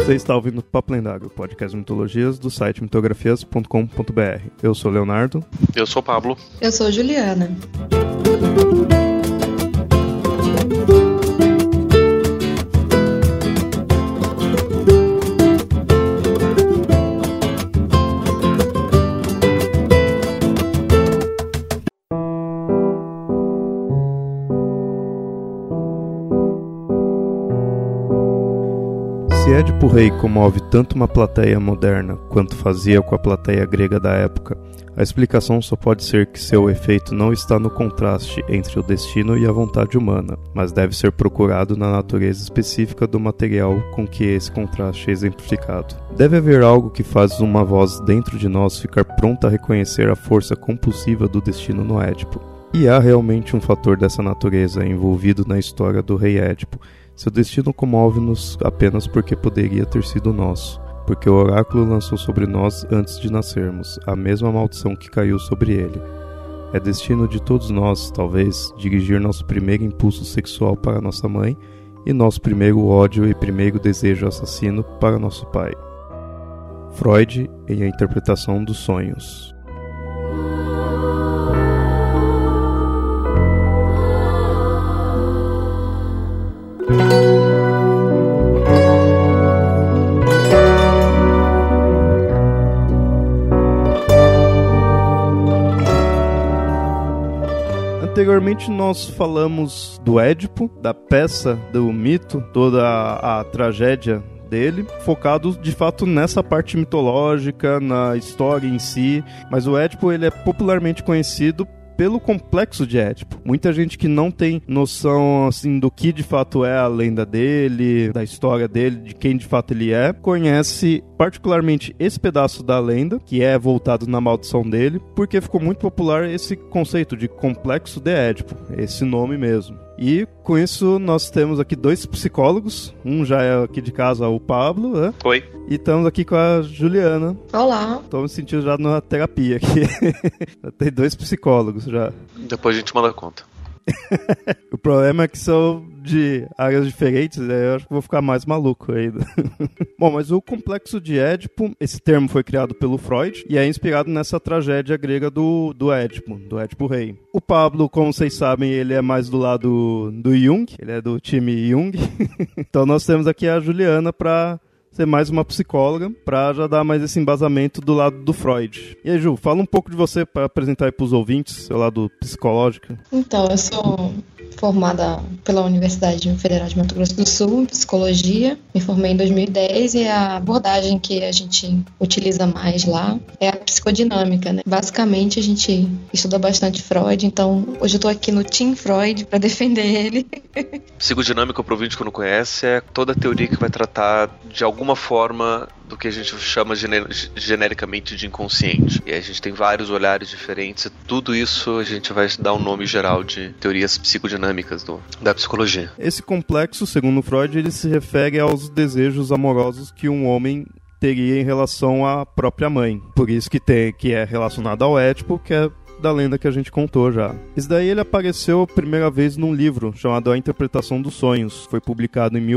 Você está ouvindo Papo Lendário, o podcast de mitologias do site mitografias.com.br. Eu sou o Leonardo. Eu sou o Pablo. Eu sou a Juliana. Se Édipo Rei comove tanto uma plateia moderna quanto fazia com a plateia grega da época, a explicação só pode ser que seu efeito não está no contraste entre o destino e a vontade humana, mas deve ser procurado na natureza específica do material com que esse contraste é exemplificado. Deve haver algo que faz uma voz dentro de nós ficar pronta a reconhecer a força compulsiva do destino no Édipo. E há realmente um fator dessa natureza envolvido na história do rei Édipo. Seu destino comove-nos apenas porque poderia ter sido nosso, porque o oráculo lançou sobre nós antes de nascermos a mesma maldição que caiu sobre ele. É destino de todos nós, talvez, dirigir nosso primeiro impulso sexual para nossa mãe e nosso primeiro ódio e primeiro desejo assassino para nosso pai. Freud em A Interpretação dos Sonhos. Anteriormente nós falamos do Édipo, da peça, do mito, toda a tragédia dele, focado de fato nessa parte mitológica, na história em si, mas o Édipo ele é popularmente conhecido pelo complexo de Édipo. Muita gente que não tem noção assim do que de fato é a lenda dele, da história dele, de quem de fato ele é, conhece particularmente esse pedaço da lenda, que é voltado na maldição dele, porque ficou muito popular esse conceito de complexo de Édipo, esse nome mesmo. E com isso nós temos aqui dois psicólogos, um já é aqui de casa, o Pablo, né? Oi. E estamos aqui com a Juliana. Olá. Estou me sentindo já na terapia aqui. Tem dois psicólogos já. Depois a gente manda conta. O problema é que são de áreas diferentes, eu acho que vou ficar mais maluco ainda. Bom, mas o complexo de Édipo, esse termo foi criado pelo Freud e é inspirado nessa tragédia grega do Édipo Rei. O Pablo, como vocês sabem, ele é mais do lado do Jung, ele é do time Jung. Então nós temos aqui a Juliana para ser mais uma psicóloga, para já dar mais esse embasamento do lado do Freud. E aí, Ju, fala um pouco de você para apresentar aí para os ouvintes, seu lado psicológico. Então, eu sou formada pela Universidade Federal de Mato Grosso do Sul em psicologia. Me formei em 2010 e a abordagem que a gente utiliza mais lá é a psicodinâmica, né? Basicamente, a gente estuda bastante Freud, então hoje eu tô aqui no Team Freud para defender ele. Psicodinâmica, para o ouvinte que não conhece, é toda a teoria que vai tratar de alguma forma do que a gente chama genericamente de inconsciente. E a gente tem vários olhares diferentes e tudo isso a gente vai dar um nome geral de teorias psicodinâmicas da psicologia. Esse complexo, segundo Freud, ele se refere aos desejos amorosos que um homem teria em relação à própria mãe. Por isso que é relacionado ao Édipo, que é da lenda que a gente contou já. Esse daí ele apareceu a primeira vez num livro chamado A Interpretação dos Sonhos. Foi publicado em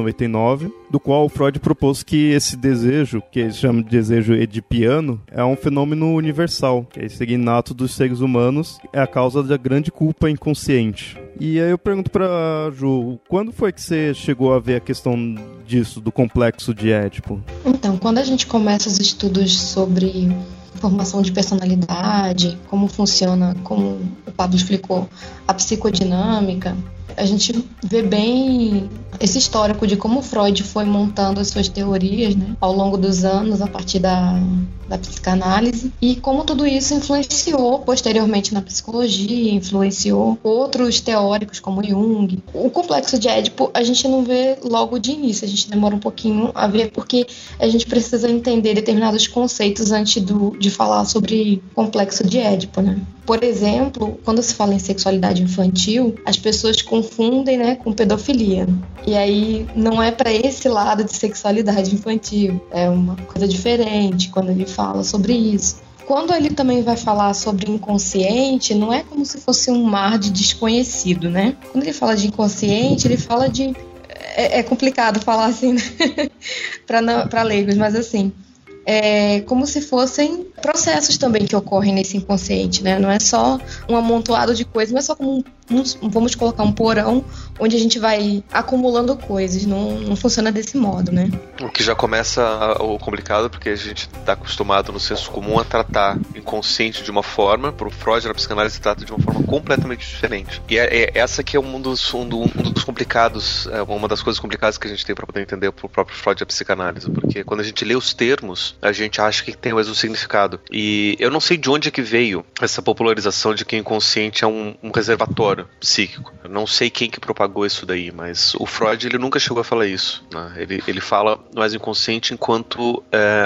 1899, do qual Freud propôs que esse desejo, que ele chama de desejo edipiano, é um fenômeno universal, que é esse inato dos seres humanos, é a causa da grande culpa inconsciente. E aí eu pergunto pra Ju, quando foi que você chegou a ver a questão disso, do complexo de Édipo? Então, quando a gente começa os estudos sobre formação de personalidade, como funciona, como o Pablo explicou, a psicodinâmica, a gente vê bem esse histórico de como Freud foi montando as suas teorias, né, ao longo dos anos, a partir da psicanálise, e como tudo isso influenciou posteriormente na psicologia, influenciou outros teóricos como Jung. O complexo de Édipo a gente não vê logo de início, a gente demora um pouquinho a ver, porque a gente precisa entender determinados conceitos antes de falar sobre complexo de Édipo, né? Por exemplo, quando se fala em sexualidade infantil, as pessoas confundem, né, com pedofilia. E aí não é para esse lado de sexualidade infantil, é uma coisa diferente quando ele fala sobre isso. Quando ele também vai falar sobre inconsciente, não é como se fosse um mar de desconhecido, né? Quando ele fala de inconsciente, ele fala de É complicado falar assim, né? Para leigos, mas assim, é como se fossem processos também que ocorrem nesse inconsciente, né? Não é só um amontoado de coisas, não é só como vamos colocar um porão onde a gente vai acumulando coisas. Não funciona desse modo, né? O que já começa o complicado, porque a gente está acostumado no senso comum a tratar inconsciente de uma forma. Para o Freud, na psicanálise, se trata de uma forma completamente diferente. E essa que é um dos complicados, uma das coisas complicadas que a gente tem para poder entender o próprio Freud e a psicanálise. Porque quando a gente lê os termos, a gente acha que tem o mesmo significado. E eu não sei de onde é que veio essa popularização de que o inconsciente é um reservatório psíquico. Eu não sei quem que propagou isso daí, mas o Freud, ele nunca chegou a falar isso, né? Ele fala mais inconsciente enquanto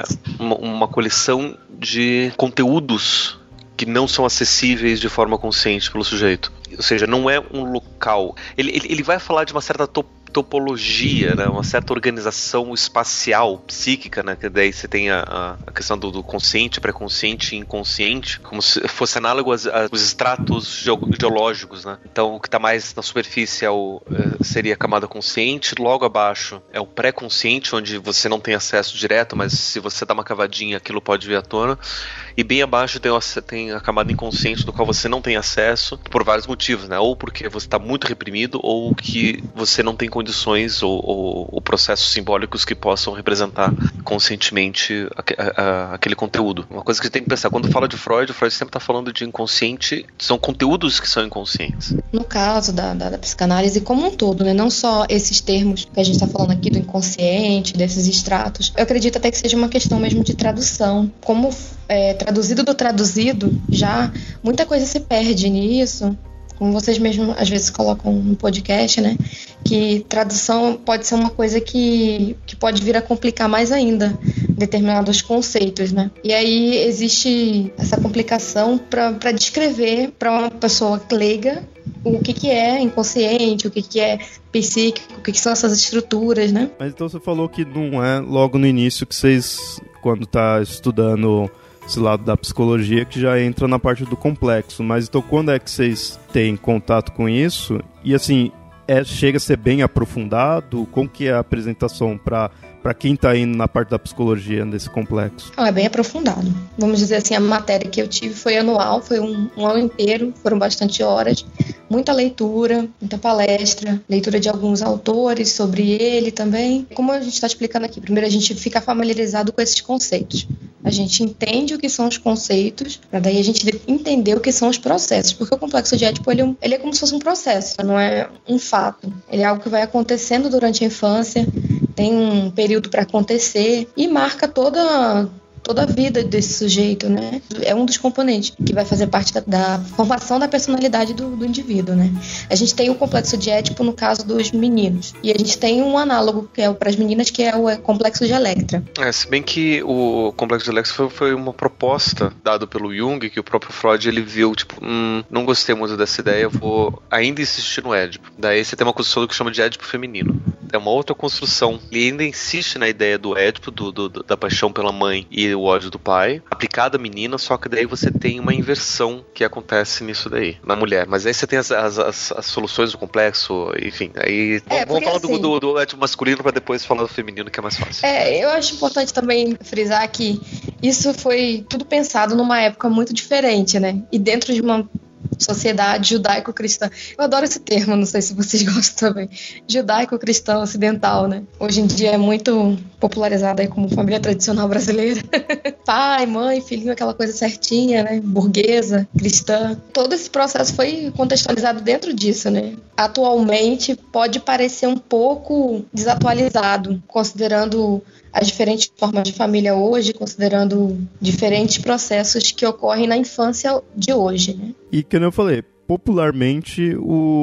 uma coleção de conteúdos que não são acessíveis de forma consciente pelo sujeito. Ou seja, não é um local. Ele vai falar de uma certa topologia, né? Uma certa organização espacial, psíquica, né? Que daí você tem a questão do consciente, pré-consciente e inconsciente, como se fosse análogo aos estratos geológicos, né? Então, o que está mais na superfície seria a camada consciente, logo abaixo é o pré-consciente, onde você não tem acesso direto, mas se você dá uma cavadinha, aquilo pode vir à tona. E bem abaixo tem a camada inconsciente, do qual você não tem acesso, por vários motivos, né? Ou porque você está muito reprimido, ou que você não tem condições ou processos simbólicos que possam representar conscientemente aquele conteúdo. Uma coisa que a gente tem que pensar, quando fala de Freud, o Freud sempre está falando de inconsciente, são conteúdos que são inconscientes. No caso da psicanálise como um todo, né? Não só esses termos que a gente está falando aqui do inconsciente, desses estratos, eu acredito até que seja uma questão mesmo de tradução. Como traduzido do traduzido, já muita coisa se perde nisso. Como vocês mesmos às vezes colocam no podcast, né? Que tradução pode ser uma coisa que pode vir a complicar mais ainda determinados conceitos, né? E aí existe essa complicação para descrever para uma pessoa leiga o que é inconsciente, o que é psíquico, o que são essas estruturas, né? Mas então você falou que não é logo no início que vocês, quando tá estudando esse lado da psicologia, que já entra na parte do complexo. Mas então quando é que vocês têm contato com isso? E assim, chega a ser bem aprofundado? Como que é a apresentação para quem está indo na parte da psicologia desse complexo? É bem aprofundado. Vamos dizer assim, a matéria que eu tive foi anual, foi um ano inteiro, foram bastante horas, muita leitura, muita palestra, leitura de alguns autores sobre ele também. Como a gente está explicando aqui, primeiro a gente fica familiarizado com esses conceitos. A gente entende o que são os conceitos, para daí a gente entender o que são os processos, porque o complexo de Édipo ele é como se fosse um processo, não é um fato. Ele é algo que vai acontecendo durante a infância, tem um período para acontecer e marca toda a vida desse sujeito, né? É um dos componentes que vai fazer parte da formação da personalidade do indivíduo, né? A gente tem o complexo de Édipo no caso dos meninos. E a gente tem um análogo que é para as meninas, que é o complexo de Electra. Se bem que o complexo de Electra foi uma proposta dada pelo Jung, que o próprio Freud ele viu, tipo, não gostei muito dessa ideia, vou ainda insistir no Édipo. Daí você tem uma construção que chama de Édipo feminino. É uma outra construção. Ele ainda insiste na ideia do Édipo, da paixão pela mãe e o ódio do pai, aplicado à menina, só que daí você tem uma inversão que acontece nisso daí, na mulher. Mas aí você tem as soluções do complexo, enfim. Aí vamos falar assim, do Édipo masculino para depois falar do feminino, que é mais fácil. Eu acho importante também frisar que isso foi tudo pensado numa época muito diferente, né? E dentro de uma sociedade judaico-cristã. Eu adoro esse termo, não sei se vocês gostam também. Judaico-cristão ocidental, né? Hoje em dia é muito popularizado aí como família tradicional brasileira. Pai, mãe, filhinho, aquela coisa certinha, né? Burguesa, cristã. Todo esse processo foi contextualizado dentro disso, né? Atualmente pode parecer um pouco desatualizado, considerando as diferentes formas de família hoje, considerando diferentes processos que ocorrem na infância de hoje, né? E como eu falei, popularmente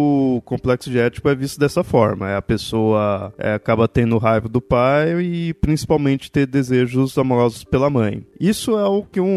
o complexo de Édipo é visto dessa forma. A pessoa acaba tendo raiva do pai e principalmente ter desejos amorosos pela mãe. Isso é o que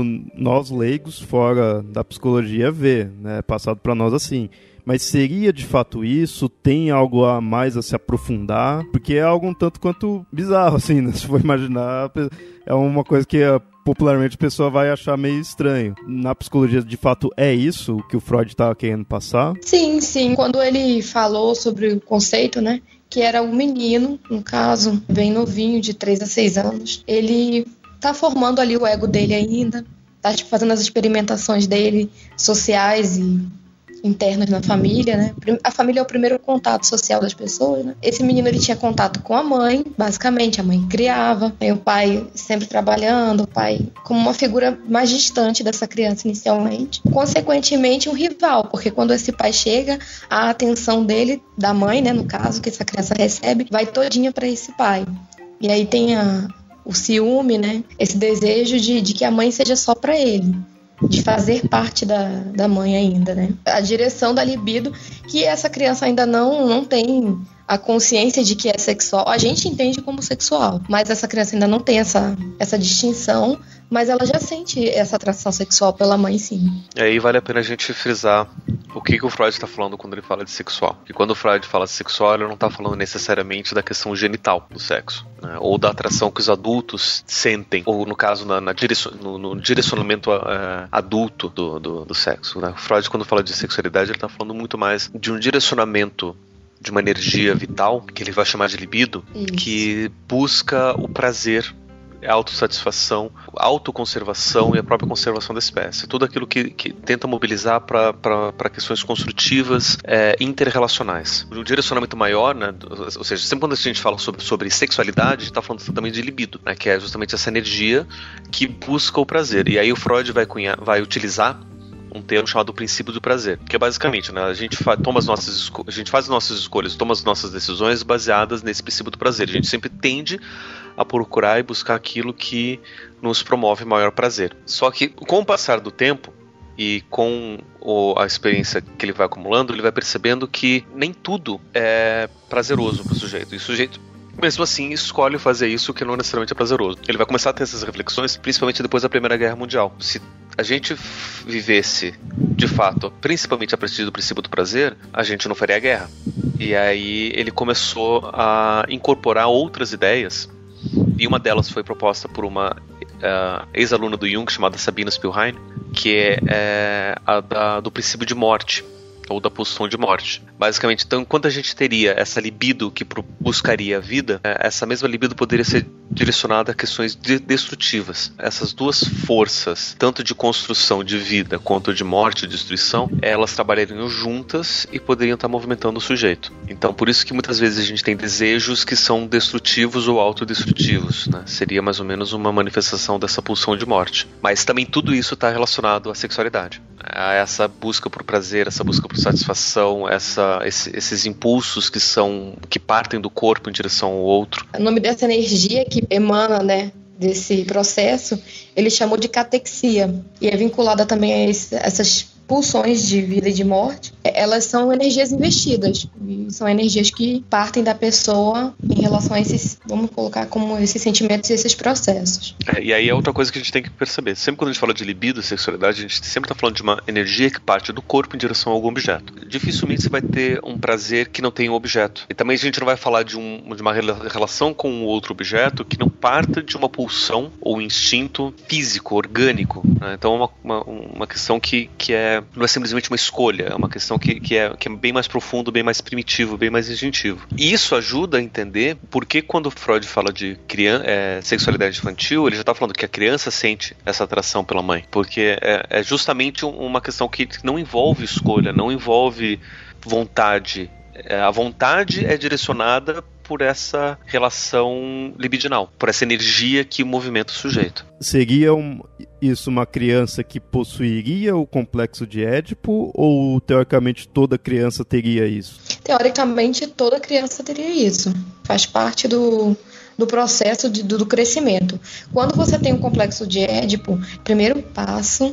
nós leigos fora da psicologia vê, né? Passado para nós assim. Mas seria de fato isso? Tem algo a mais a se aprofundar? Porque é algo um tanto quanto bizarro, assim, né? Se for imaginar, é uma coisa que popularmente a pessoa vai achar meio estranho. Na psicologia, de fato, é isso que o Freud estava querendo passar? Sim, sim. Quando ele falou sobre o conceito, né? que era o menino, no caso, bem novinho, de 3 a 6 anos. Ele tá formando ali o ego dele ainda, tá fazendo as experimentações dele sociais e internas na família, né? A família é o primeiro contato social das pessoas, né? Esse menino, ele tinha contato com a mãe, basicamente, a mãe criava, o pai sempre trabalhando, o pai como uma figura mais distante dessa criança inicialmente. Consequentemente, um rival, porque quando esse pai chega, a atenção dele, da mãe, né, no caso, que essa criança recebe, vai todinha para esse pai. E aí tem o ciúme, né? Esse desejo de que a mãe seja só para ele, de fazer parte da mãe ainda, né? A direção da libido, que essa criança ainda não tem a consciência de que é sexual. A gente entende como sexual, mas essa criança ainda não tem essa distinção, mas ela já sente essa atração sexual pela mãe, sim. E aí vale a pena a gente frisar o que o Freud está falando quando ele fala de sexual. E quando o Freud fala de sexual, ele não está falando necessariamente da questão genital do sexo, né? Ou da atração que os adultos sentem, ou no caso no direcionamento adulto do sexo, né? O Freud, quando fala de sexualidade, ele está falando muito mais de um direcionamento de uma energia vital, que ele vai chamar de libido, que busca o prazer, a autossatisfação, a autoconservação e a própria conservação da espécie. Tudo aquilo que tenta mobilizar para questões construtivas interrelacionais. O direcionamento maior, né, ou seja, sempre quando a gente fala sobre sexualidade, a gente está falando também de libido, né, que é justamente essa energia que busca o prazer. E aí o Freud vai utilizar um termo chamado princípio do prazer, que é basicamente, né, a gente faz as nossas escolhas, toma as nossas decisões baseadas nesse princípio do prazer. A gente sempre tende a procurar e buscar aquilo que nos promove maior prazer. Só que com o passar do tempo e com a experiência que ele vai acumulando, ele vai percebendo que nem tudo é prazeroso para o sujeito. E o sujeito, mesmo assim, escolhe fazer isso que não necessariamente é prazeroso. Ele vai começar a ter essas reflexões, principalmente depois da Primeira Guerra Mundial. Se a gente vivesse, de fato, principalmente a partir do princípio do prazer, a gente não faria a guerra. E aí ele começou a incorporar outras ideias, e uma delas foi proposta por uma ex-aluna do Jung, chamada Sabina Spielrein, que é a do princípio de morte, ou da pulsão de morte. Basicamente, então, enquanto a gente teria essa libido que buscaria a vida, essa mesma libido poderia ser direcionada a questões destrutivas. Essas duas forças, tanto de construção de vida quanto de morte e destruição, elas trabalhariam juntas e poderiam estar movimentando o sujeito. Então, por isso que muitas vezes a gente tem desejos que são destrutivos ou autodestrutivos, né? Seria mais ou menos uma manifestação dessa pulsão de morte. Mas também tudo isso está relacionado à sexualidade, a essa busca por prazer, essa busca por satisfação, esses impulsos que partem do corpo em direção ao outro. O nome dessa energia que emana, né, desse processo, ele chamou de catexia, e é vinculada também a essas pulsões de vida e de morte. Elas são energias investidas, e são energias que partem da pessoa em relação a esses, vamos colocar como esses sentimentos e esses processos. E aí é outra coisa que a gente tem que perceber. Sempre quando a gente fala de libido, sexualidade, a gente sempre está falando de uma energia que parte do corpo em direção a algum objeto. Dificilmente você vai ter um prazer que não tenha um objeto. E também a gente não vai falar de uma relação com um outro objeto que não parta de uma pulsão ou instinto físico, orgânico, né? Então é uma questão que não é simplesmente uma escolha, é uma questão que é bem mais profundo, bem mais primitivo, bem mais instintivo. E isso ajuda a entender por que quando Freud fala de sexualidade infantil, ele já está falando que a criança sente essa atração pela mãe, porque é justamente uma questão que não envolve escolha, não envolve vontade. A vontade é direcionada por essa relação libidinal, por essa energia que movimenta o sujeito. Seria isso uma criança que possuiria o complexo de Édipo, ou teoricamente toda criança teria isso? Teoricamente toda criança teria isso. Faz parte do processo do crescimento. Quando você tem um complexo de Édipo, primeiro passo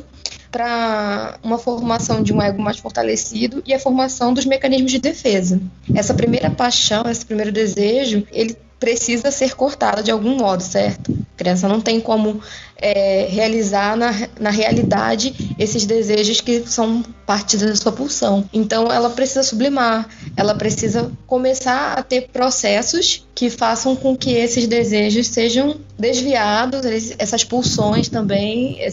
para uma formação de um ego mais fortalecido e a formação dos mecanismos de defesa. Essa primeira paixão, esse primeiro desejo, ele precisa ser cortado de algum modo, certo? A criança não tem como realizar na realidade esses desejos que são parte da sua pulsão. Então ela precisa sublimar, ela precisa começar a ter processos que façam com que esses desejos sejam desviados, essas pulsões também,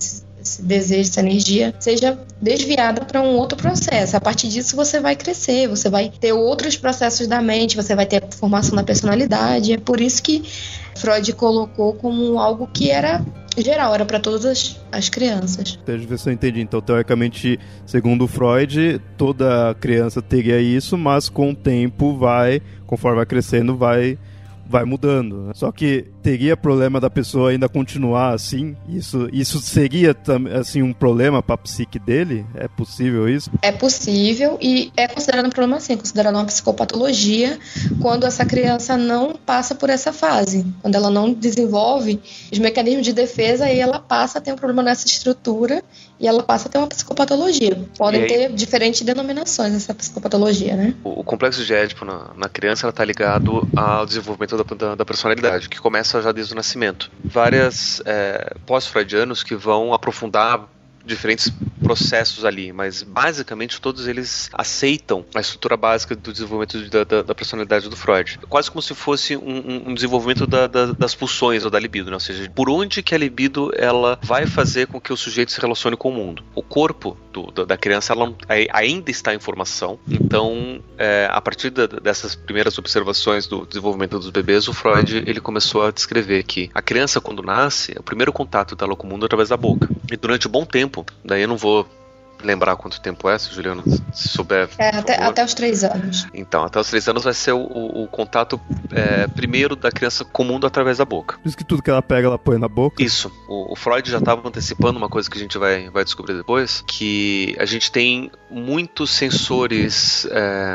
esse desejo, essa energia, seja desviada para um outro processo. A partir disso você vai crescer, você vai ter outros processos da mente, você vai ter a formação da personalidade. É por isso que Freud colocou como algo que era geral, era para todas as crianças. Deixa eu ver se eu entendi. Então, teoricamente, segundo Freud, toda criança teria isso, mas com o tempo conforme vai crescendo, vai mudando. Só que teria problema da pessoa ainda continuar assim? Isso seria assim, um problema para a psique dele? É possível isso? É possível e é considerado um problema assim, considerado uma psicopatologia quando essa criança não passa por essa fase, quando ela não desenvolve os mecanismos de defesa e ela passa a ter um problema nessa estrutura e ela passa a ter uma psicopatologia. Podem ter diferentes denominações essa psicopatologia, né? O complexo de Édipo na criança está ligado ao desenvolvimento da personalidade, que começa já desde o nascimento. Várias pós-freudianos que vão aprofundar diferentes processos ali, mas basicamente todos eles aceitam a estrutura básica do desenvolvimento da personalidade do Freud. Quase como se fosse um desenvolvimento das pulsões ou da libido, né? Ou seja, por onde que a libido ela vai fazer com que o sujeito se relacione com o mundo. O corpo da criança ela ainda está em formação, então a partir dessas primeiras observações do desenvolvimento dos bebês, o Freud ele começou a descrever que a criança quando nasce, o primeiro contato dela com o mundo é através da boca. E durante um bom tempo, daí eu não vou lembrar quanto tempo é, se o Juliano souber. Até os 3 anos. Então, até os 3 anos vai ser o contato primeiro da criança com o mundo através da boca. Por isso que tudo que ela pega, ela põe na boca? Isso. O Freud já estava antecipando uma coisa que a gente vai descobrir depois, que a gente tem muitos sensores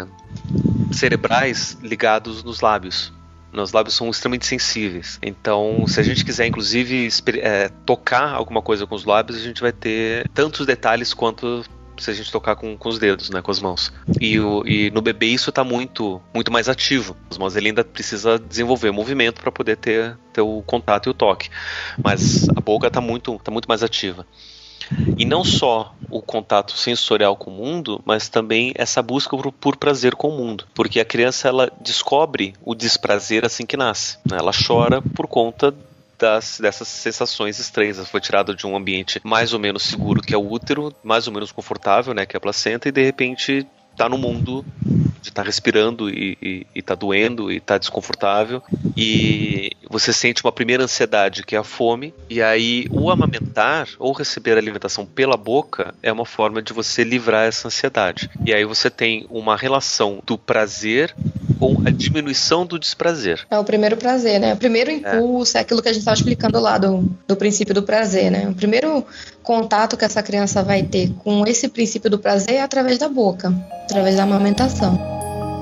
cerebrais ligados nos lábios. Os lábios são extremamente sensíveis. Então, se a gente quiser, inclusive, tocar alguma coisa com os lábios, a gente vai ter tantos detalhes quanto se a gente tocar com os dedos, né, com as mãos. E no bebê isso está muito, muito mais ativo. As mãos ele ainda precisa desenvolver movimento para poder ter o contato e o toque. Mas a boca está muito mais ativa. E não só o contato sensorial com o mundo, mas também essa busca por prazer com o mundo. Porque a criança ela descobre o desprazer assim que nasce, né? Ela chora por conta dessas sensações estranhas. Ela foi tirada de um ambiente mais ou menos seguro, que é o útero, mais ou menos confortável, né, que é a placenta, e de repente está no mundo de estar respirando e tá doendo e tá desconfortável, e você sente uma primeira ansiedade, que é a fome, e aí o amamentar ou receber a alimentação pela boca é uma forma de você livrar essa ansiedade. E aí você tem uma relação do prazer com a diminuição do desprazer. É o primeiro prazer, né? O primeiro impulso é aquilo que a gente estava explicando lá do princípio do prazer, né? O primeiro contato que essa criança vai ter com esse princípio do prazer é através da boca, através da amamentação.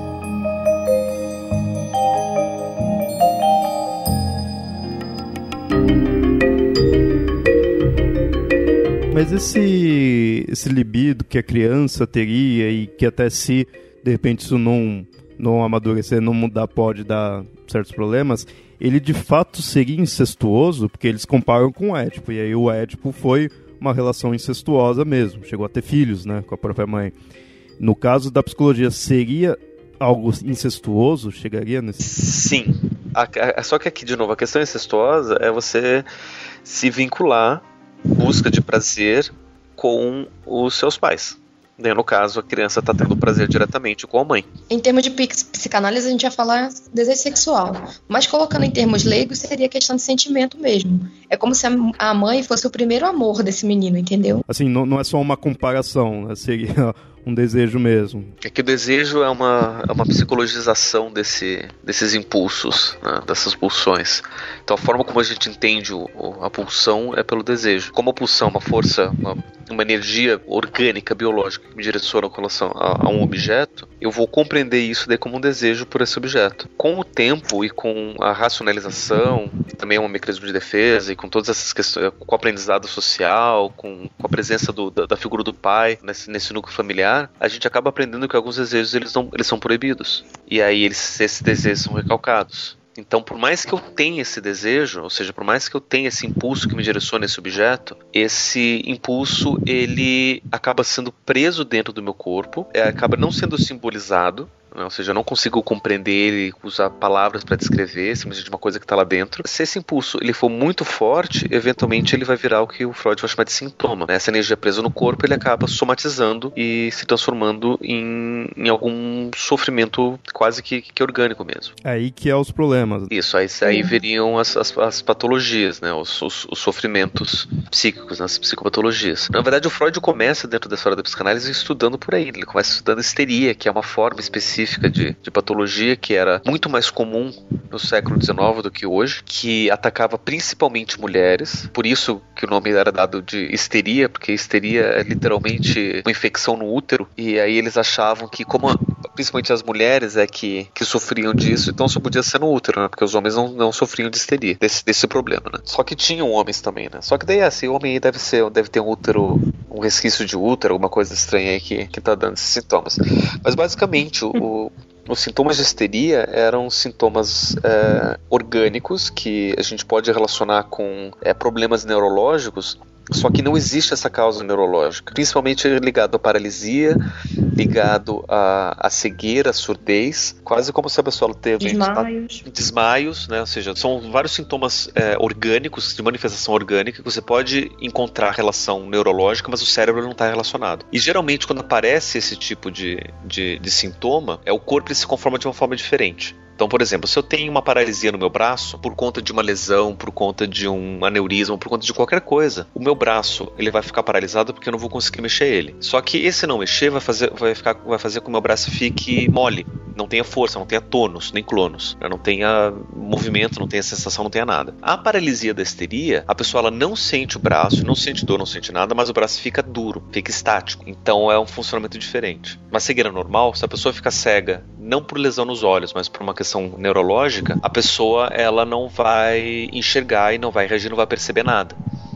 Mas esse libido que a criança teria e que até se de repente isso não amadurecer, não mudar, pode dar certos problemas, ele de fato seria incestuoso, porque eles comparam com o Édipo, e aí o Édipo foi uma relação incestuosa mesmo, chegou a ter filhos, né, com a própria mãe. No caso da psicologia, seria algo incestuoso? Chegaria nesse... Sim, só que aqui de novo a questão incestuosa é você se vincular, busca de prazer com os seus pais. No caso, a criança está tendo prazer diretamente com a mãe. Em termos de psicanálise, a gente ia falar desejo sexual. Mas colocando em termos leigos, seria questão de sentimento mesmo. É como se a mãe fosse o primeiro amor desse menino, entendeu? Assim, não é só uma comparação, né? Seria um desejo mesmo. É que o desejo é uma psicologização desses impulsos, né? Dessas pulsões. Então a forma como a gente entende a pulsão é pelo desejo. Como a pulsão é uma força, uma energia orgânica, biológica que me direciona com relação a um objeto, eu vou compreender isso daí como um desejo por esse objeto. Com o tempo e com a racionalização, também é um mecanismo de defesa, e com todas essas questões, com o aprendizado social, com a presença da figura do pai nesse núcleo familiar, a gente acaba aprendendo que alguns desejos eles são proibidos. E aí esses desejos são recalcados. Então, por mais que eu tenha esse desejo, ou seja, por mais que eu tenha esse impulso que me direciona esse objeto, esse impulso, ele acaba sendo preso dentro do meu corpo, acaba não sendo simbolizado, né? Ou seja, eu não consigo compreender ele, usar palavras para descrever, simplesmente uma coisa que está lá dentro. Se esse impulso ele for muito forte, eventualmente ele vai virar o que o Freud vai chamar de sintoma, né? Essa energia presa no corpo, ele acaba somatizando e se transformando em algum sofrimento quase que orgânico mesmo. Aí que é os problemas. Isso, aí viriam as patologias, né? Os sofrimentos psíquicos, né? As psicopatologias. Na verdade, o Freud começa dentro da história da psicanálise estudando por aí. Ele começa estudando histeria, que é uma forma específica de patologia que era muito mais comum no século XIX do que hoje, que atacava principalmente mulheres. Por isso que o nome era dado de histeria, porque histeria é literalmente uma infecção no útero. E aí eles achavam que, como principalmente as mulheres que sofriam disso, então só podia ser no útero, né? Porque os homens não sofriam de histeria, desse problema, né? Só que tinham homens também, né? Só que daí, esse homem aí deve ter um útero, um resquício de útero, alguma coisa estranha aí que tá dando esses sintomas. Mas basicamente, os sintomas de histeria eram sintomas orgânicos que a gente pode relacionar com problemas neurológicos, só que não existe essa causa neurológica, principalmente ligado à paralisia, ligado à cegueira, à surdez, quase como se a pessoa teve desmaios, né? Ou seja, são vários sintomas orgânicos, de manifestação orgânica, que você pode encontrar relação neurológica, mas o cérebro não está relacionado. E geralmente quando aparece esse tipo de sintoma, o corpo se conforma de uma forma diferente. Então, por exemplo, se eu tenho uma paralisia no meu braço, por conta de uma lesão, por conta de um aneurisma, por conta de qualquer coisa, o meu braço ele vai ficar paralisado porque eu não vou conseguir mexer ele. Só que esse não mexer vai fazer com que o meu braço fique mole, não tenha força, não tenha tônus, nem clônus, não tenha movimento, não tenha sensação, não tenha nada. A paralisia da histeria, a pessoa ela não sente o braço, não sente dor, não sente nada, mas o braço fica duro, fica estático. Então é um funcionamento diferente. Uma cegueira normal, se a pessoa fica cega, não por lesão nos olhos, mas por uma questão neurológica, a pessoa ela não vai enxergar e não vai reagir, não vai perceber nada.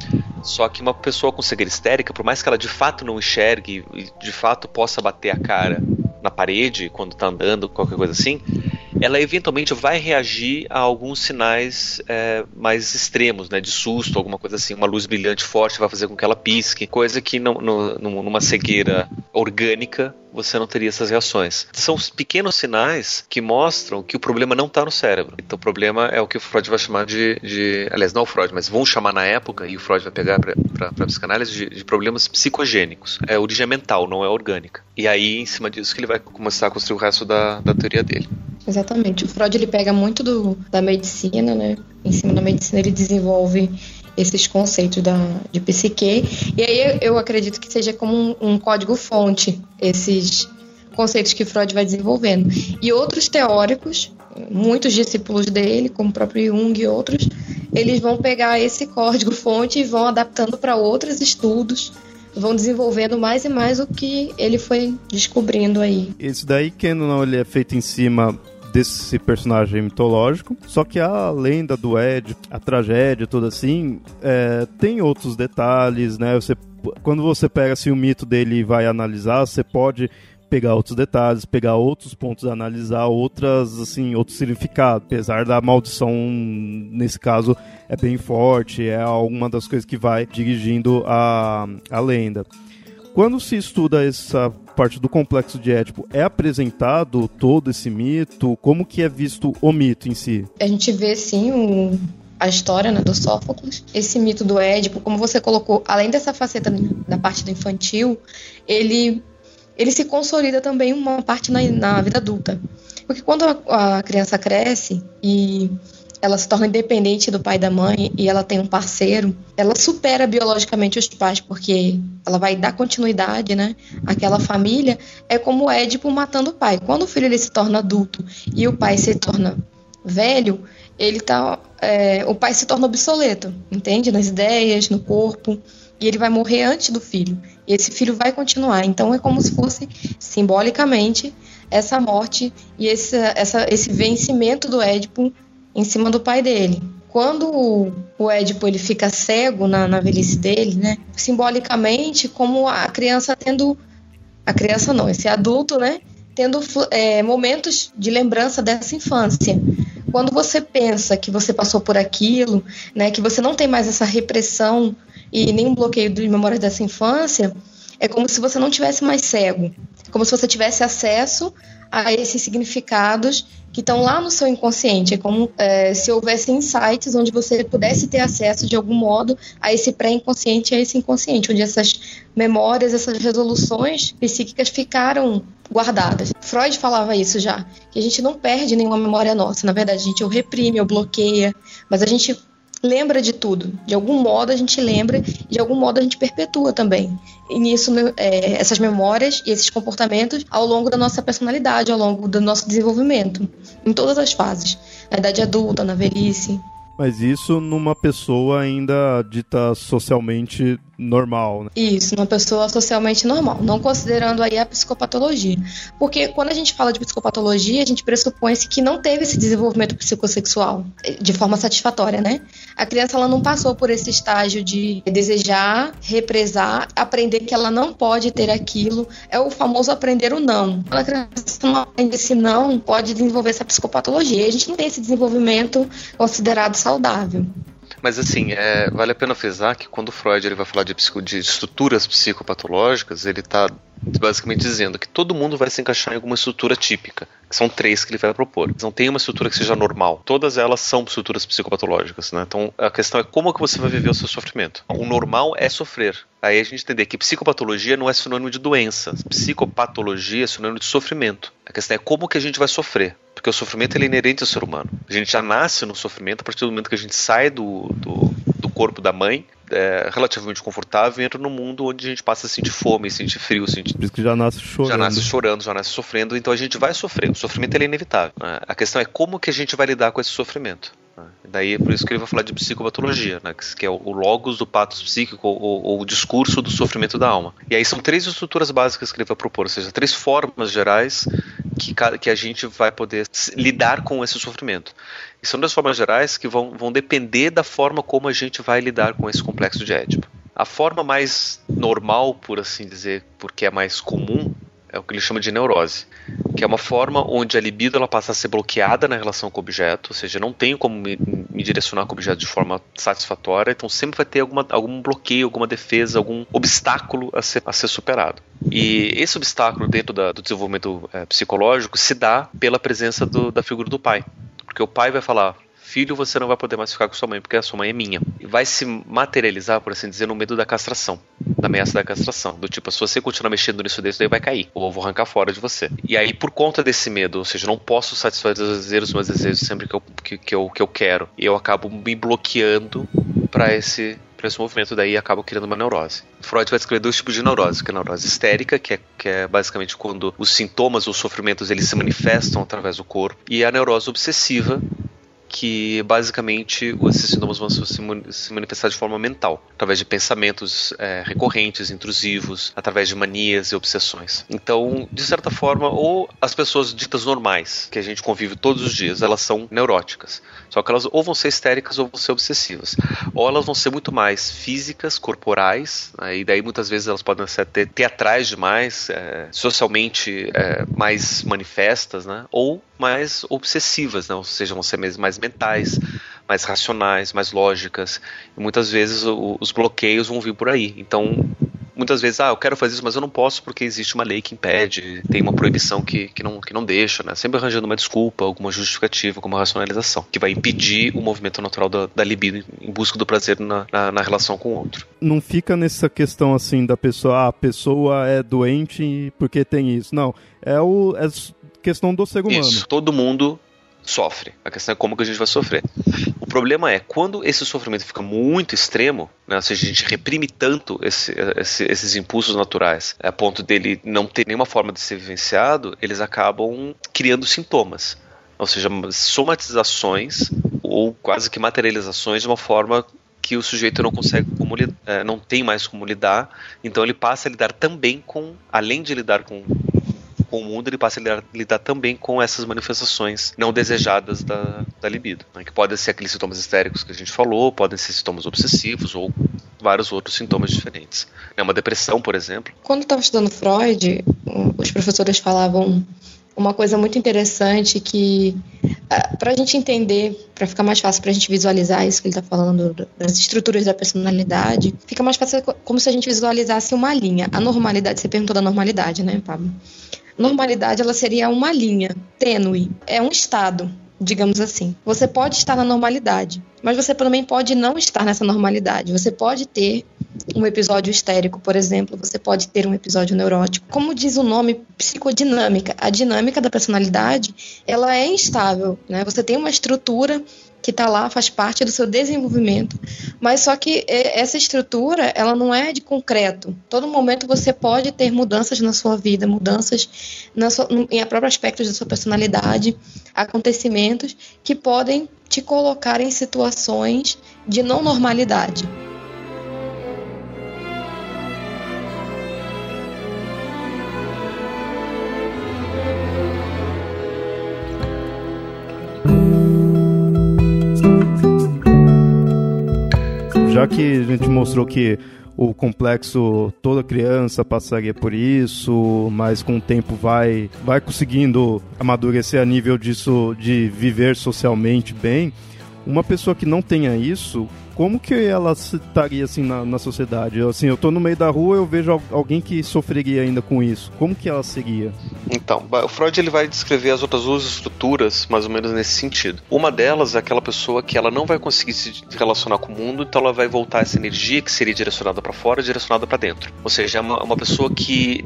Só que uma pessoa com cegueira histérica, por mais que ela de fato não enxergue e de fato possa bater a cara na parede quando está andando, qualquer coisa assim, ela eventualmente vai reagir a alguns sinais mais extremos, né, de susto, alguma coisa assim, uma luz brilhante forte vai fazer com que ela pisque, coisa que numa cegueira orgânica você não teria essas reações. São pequenos sinais que mostram que o problema não está no cérebro. Então o problema é o que o Freud vai chamar aliás, não o Freud, mas vão chamar na época, e o Freud vai pegar para a psicanálise, de problemas psicogênicos. É origem mental, não é orgânica. E aí, em cima disso, que ele vai começar a construir o resto da teoria dele. Exatamente. O Freud ele pega muito da medicina, né? Em cima da medicina ele desenvolve esses conceitos de psique, e aí eu acredito que seja como um código-fonte, esses conceitos que Freud vai desenvolvendo. E outros teóricos, muitos discípulos dele, como o próprio Jung e outros, eles vão pegar esse código-fonte e vão adaptando para outros estudos, vão desenvolvendo mais e mais o que ele foi descobrindo aí. Esse daí, querendo ou não, ele é feito em cima desse personagem mitológico, só que a lenda do Édipo, a tragédia toda assim, tem outros detalhes, né? Quando você pega assim, o mito dele e vai analisar, você pode pegar outros detalhes, pegar outros pontos, analisar outros significados, apesar da maldição, nesse caso, é bem forte, é alguma das coisas que vai dirigindo a lenda. Quando se estuda essa parte do complexo de Édipo, é apresentado todo esse mito? Como que é visto o mito em si? A gente vê, sim, a história, né, do Sófocles. Esse mito do Édipo, como você colocou, além dessa faceta da parte do infantil, ele se consolida também uma parte na vida adulta. Porque quando a criança cresce e ela se torna independente do pai e da mãe e ela tem um parceiro, ela supera biologicamente os pais, porque ela vai dar continuidade, né, àquela família. É como o Édipo matando o pai. Quando o filho ele se torna adulto e o pai se torna velho, o pai se torna obsoleto, entende? Nas ideias, no corpo, e ele vai morrer antes do filho. E esse filho vai continuar. Então é como se fosse, simbolicamente, essa morte e esse vencimento do Édipo em cima do pai dele. Quando o Édipo ele fica cego na velhice dele, né, simbolicamente, como esse adulto, né, tendo momentos de lembrança dessa infância. Quando você pensa que você passou por aquilo, né, que você não tem mais essa repressão e nem um bloqueio de memórias dessa infância, é como se você não tivesse mais cego, como se você tivesse acesso a esses significados que estão lá no seu inconsciente. É como se houvesse insights onde você pudesse ter acesso de algum modo a esse pré-inconsciente e a esse inconsciente, onde essas memórias, essas resoluções psíquicas ficaram guardadas. Freud falava isso já, que a gente não perde nenhuma memória nossa, na verdade a gente ou reprime ou bloqueia, mas a gente lembra de tudo. De algum modo a gente lembra e de algum modo a gente perpetua também. E nisso, essas memórias e esses comportamentos ao longo da nossa personalidade, ao longo do nosso desenvolvimento, em todas as fases. Na idade adulta, na velhice. Mas isso numa pessoa ainda dita socialmente normal, né? Isso, uma pessoa socialmente normal, não considerando aí a psicopatologia. Porque quando a gente fala de psicopatologia, a gente pressupõe-se que não teve esse desenvolvimento psicossexual de forma satisfatória, né? A criança ela não passou por esse estágio de desejar, represar, aprender que ela não pode ter aquilo. É o famoso aprender o não. Quando a criança não aprende esse não, pode desenvolver essa psicopatologia. E a gente não tem esse desenvolvimento considerado saudável. Mas assim, vale a pena frisar que quando Freud ele vai falar de estruturas psicopatológicas, ele está basicamente dizendo que todo mundo vai se encaixar em alguma estrutura típica, que são 3 que ele vai propor. Não tem uma estrutura que seja normal. Todas elas são estruturas psicopatológicas, né? Então a questão é como que você vai viver o seu sofrimento. O normal é sofrer. Aí a gente entender que psicopatologia não é sinônimo de doença. Psicopatologia é sinônimo de sofrimento. A questão é como que a gente vai sofrer. Porque o sofrimento ele é inerente ao ser humano. A gente já nasce no sofrimento a partir do momento que a gente sai do corpo da mãe, relativamente confortável, e entra no mundo onde a gente passa a sentir fome, sentir frio, sentir... Por isso que já nasce chorando. Já nasce sofrendo, então a gente vai sofrer. O sofrimento ele é inevitável, né? A questão é como que a gente vai lidar com esse sofrimento. Daí é por isso que ele vai falar de psicopatologia, né? Que é o logos do patos psíquico ou o discurso do sofrimento da alma. E aí são 3 estruturas básicas que ele vai propor, ou seja, 3 formas gerais que a gente vai poder lidar com esse sofrimento. E são 2 formas gerais que vão depender da forma como a gente vai lidar com esse complexo de Édipo. A forma mais normal, por assim dizer, porque é mais comum, é o que ele chama de neurose, que é uma forma onde a libido ela passa a ser bloqueada na relação com o objeto, ou seja, não tenho como me direcionar com o objeto de forma satisfatória, então sempre vai ter algum bloqueio, alguma defesa, algum obstáculo a ser superado. E esse obstáculo dentro do desenvolvimento psicológico se dá pela presença da figura do pai, porque o pai vai falar: filho, você não vai poder mais ficar com sua mãe, porque a sua mãe é minha. E vai se materializar, por assim dizer, no medo da castração, da ameaça da castração. Do tipo, se você continuar mexendo nisso daí vai cair, ou eu vou arrancar fora de você. E aí, por conta desse medo, ou seja, não posso satisfazer os meus desejos sempre que eu quero, e eu acabo me bloqueando para esse movimento, daí acaba criando uma neurose. Freud vai descrever 2 tipos de neurose, que é a neurose histérica, que é basicamente quando os sintomas ou sofrimentos eles se manifestam através do corpo, e a neurose obsessiva, que basicamente esses sintomas vão se manifestar de forma mental, através de pensamentos recorrentes, intrusivos, através de manias e obsessões. Então, de certa forma, ou as pessoas ditas normais, que a gente convive todos os dias, elas são neuróticas. Só que elas ou vão ser histéricas ou vão ser obsessivas. Ou elas vão ser muito mais físicas, corporais, né, e daí muitas vezes elas podem ser teatrais demais, socialmente mais manifestas, né, ou mais obsessivas, né, ou seja, vão ser mais mentais, mais racionais, mais lógicas. E muitas vezes os bloqueios vão vir por aí. Então, muitas vezes, eu quero fazer isso, mas eu não posso porque existe uma lei que impede, tem uma proibição que não deixa, né? Sempre arranjando uma desculpa, alguma justificativa, alguma racionalização, que vai impedir o movimento natural da libido em busca do prazer na relação com o outro. Não fica nessa questão assim da pessoa, a pessoa é doente porque tem isso. Não, é questão do ser humano. Isso, todo mundo sofre. A questão é como que a gente vai sofrer. O problema é, quando esse sofrimento fica muito extremo, né, ou seja, a gente reprime tanto esses impulsos naturais, a ponto dele não ter nenhuma forma de ser vivenciado, eles acabam criando sintomas. Ou seja, somatizações ou quase que materializações de uma forma que o sujeito não consegue não tem mais como lidar, então ele passa a lidar também além de lidar com o mundo, ele passa a lidar também com essas manifestações não desejadas da libido, né, que podem ser aqueles sintomas histéricos que a gente falou, podem ser sintomas obsessivos ou vários outros sintomas diferentes. Uma depressão, por exemplo. Quando eu estava estudando Freud, os professores falavam uma coisa muito interessante que, para a gente entender, para ficar mais fácil para a gente visualizar isso que ele está falando, das estruturas da personalidade, fica mais fácil como se a gente visualizasse uma linha. A normalidade, você perguntou da normalidade, né, Pablo? Normalidade, ela seria uma linha tênue, é um estado, digamos assim. Você pode estar na normalidade, mas você também pode não estar nessa normalidade. Você pode ter um episódio histérico, por exemplo, você pode ter um episódio neurótico. Como diz o nome, psicodinâmica. A dinâmica da personalidade, ela é instável, né? Você tem uma estrutura que está lá, faz parte do seu desenvolvimento, mas só que essa estrutura, ela não é de concreto. Todo momento você pode ter mudanças na sua vida, mudanças em próprios aspectos da sua personalidade, acontecimentos que podem te colocar em situações de não normalidade. Já que a gente mostrou que o complexo, toda criança passaria por isso, mas com o tempo vai conseguindo amadurecer a nível disso, de viver socialmente bem, uma pessoa que não tenha isso, como que ela estaria assim na sociedade? Assim, eu tô no meio da rua, eu vejo alguém que sofreria ainda com isso. Como que ela seria? Então, o Freud ele vai descrever as outras duas estruturas mais ou menos nesse sentido. Uma delas é aquela pessoa que ela não vai conseguir se relacionar com o mundo, então ela vai voltar essa energia que seria direcionada para fora, direcionada para dentro. Ou seja, é uma pessoa que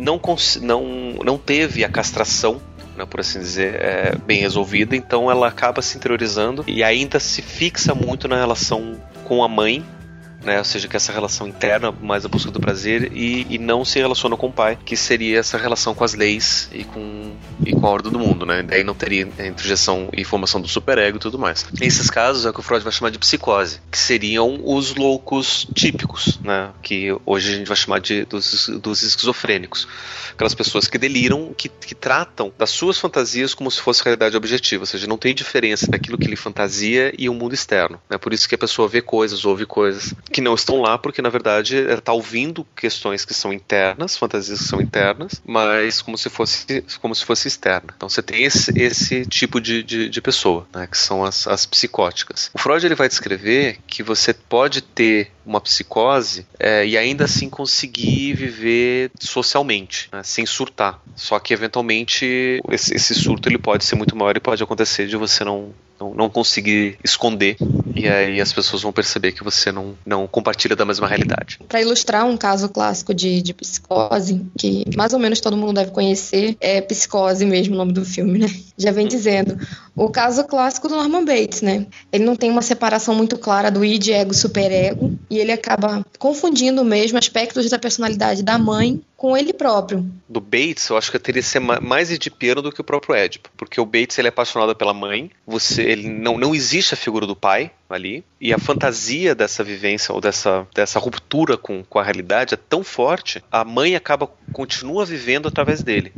não teve a castração, por assim dizer, bem resolvida, então ela acaba se interiorizando e ainda se fixa muito na relação com a mãe, né? Ou seja, que essa relação interna, mais a busca do prazer, e não se relaciona com o pai, que seria essa relação com as leis e com a ordem do mundo, né? Daí não teria a introjeção e formação do superego e tudo mais. Nesses casos é o que o Freud vai chamar de psicose, que seriam os loucos típicos, né? Que hoje a gente vai chamar dos esquizofrênicos. Aquelas pessoas que deliram, que tratam das suas fantasias como se fosse realidade objetiva, ou seja, não tem diferença daquilo que ele fantasia e o mundo externo, né? Por isso que a pessoa vê coisas, ouve coisas que não estão lá, porque na verdade ela está ouvindo questões que são internas, fantasias que são internas, mas como se fosse externa. Então você tem esse tipo de pessoa, né, que são as psicóticas. O Freud ele vai descrever que você pode ter uma psicose e ainda assim conseguir viver socialmente, né, sem surtar. Só que eventualmente esse surto ele pode ser muito maior e pode acontecer de você não conseguir esconder, e aí as pessoas vão perceber que você não compartilha da mesma realidade. Para ilustrar um caso clássico de psicose, que mais ou menos todo mundo deve conhecer, é Psicose mesmo o nome do filme, né? Já vem dizendo. O caso clássico do Norman Bates, né? Ele não tem uma separação muito clara do id, ego, superego, e ele acaba confundindo mesmo aspectos da personalidade da mãe com ele próprio. Do Bates, eu acho que teria que ser mais edipiano do que o próprio Édipo, porque o Bates ele é apaixonado pela mãe, ele não existe a figura do pai ali, e a fantasia dessa vivência ou dessa ruptura com a realidade é tão forte, a mãe continua vivendo através dele.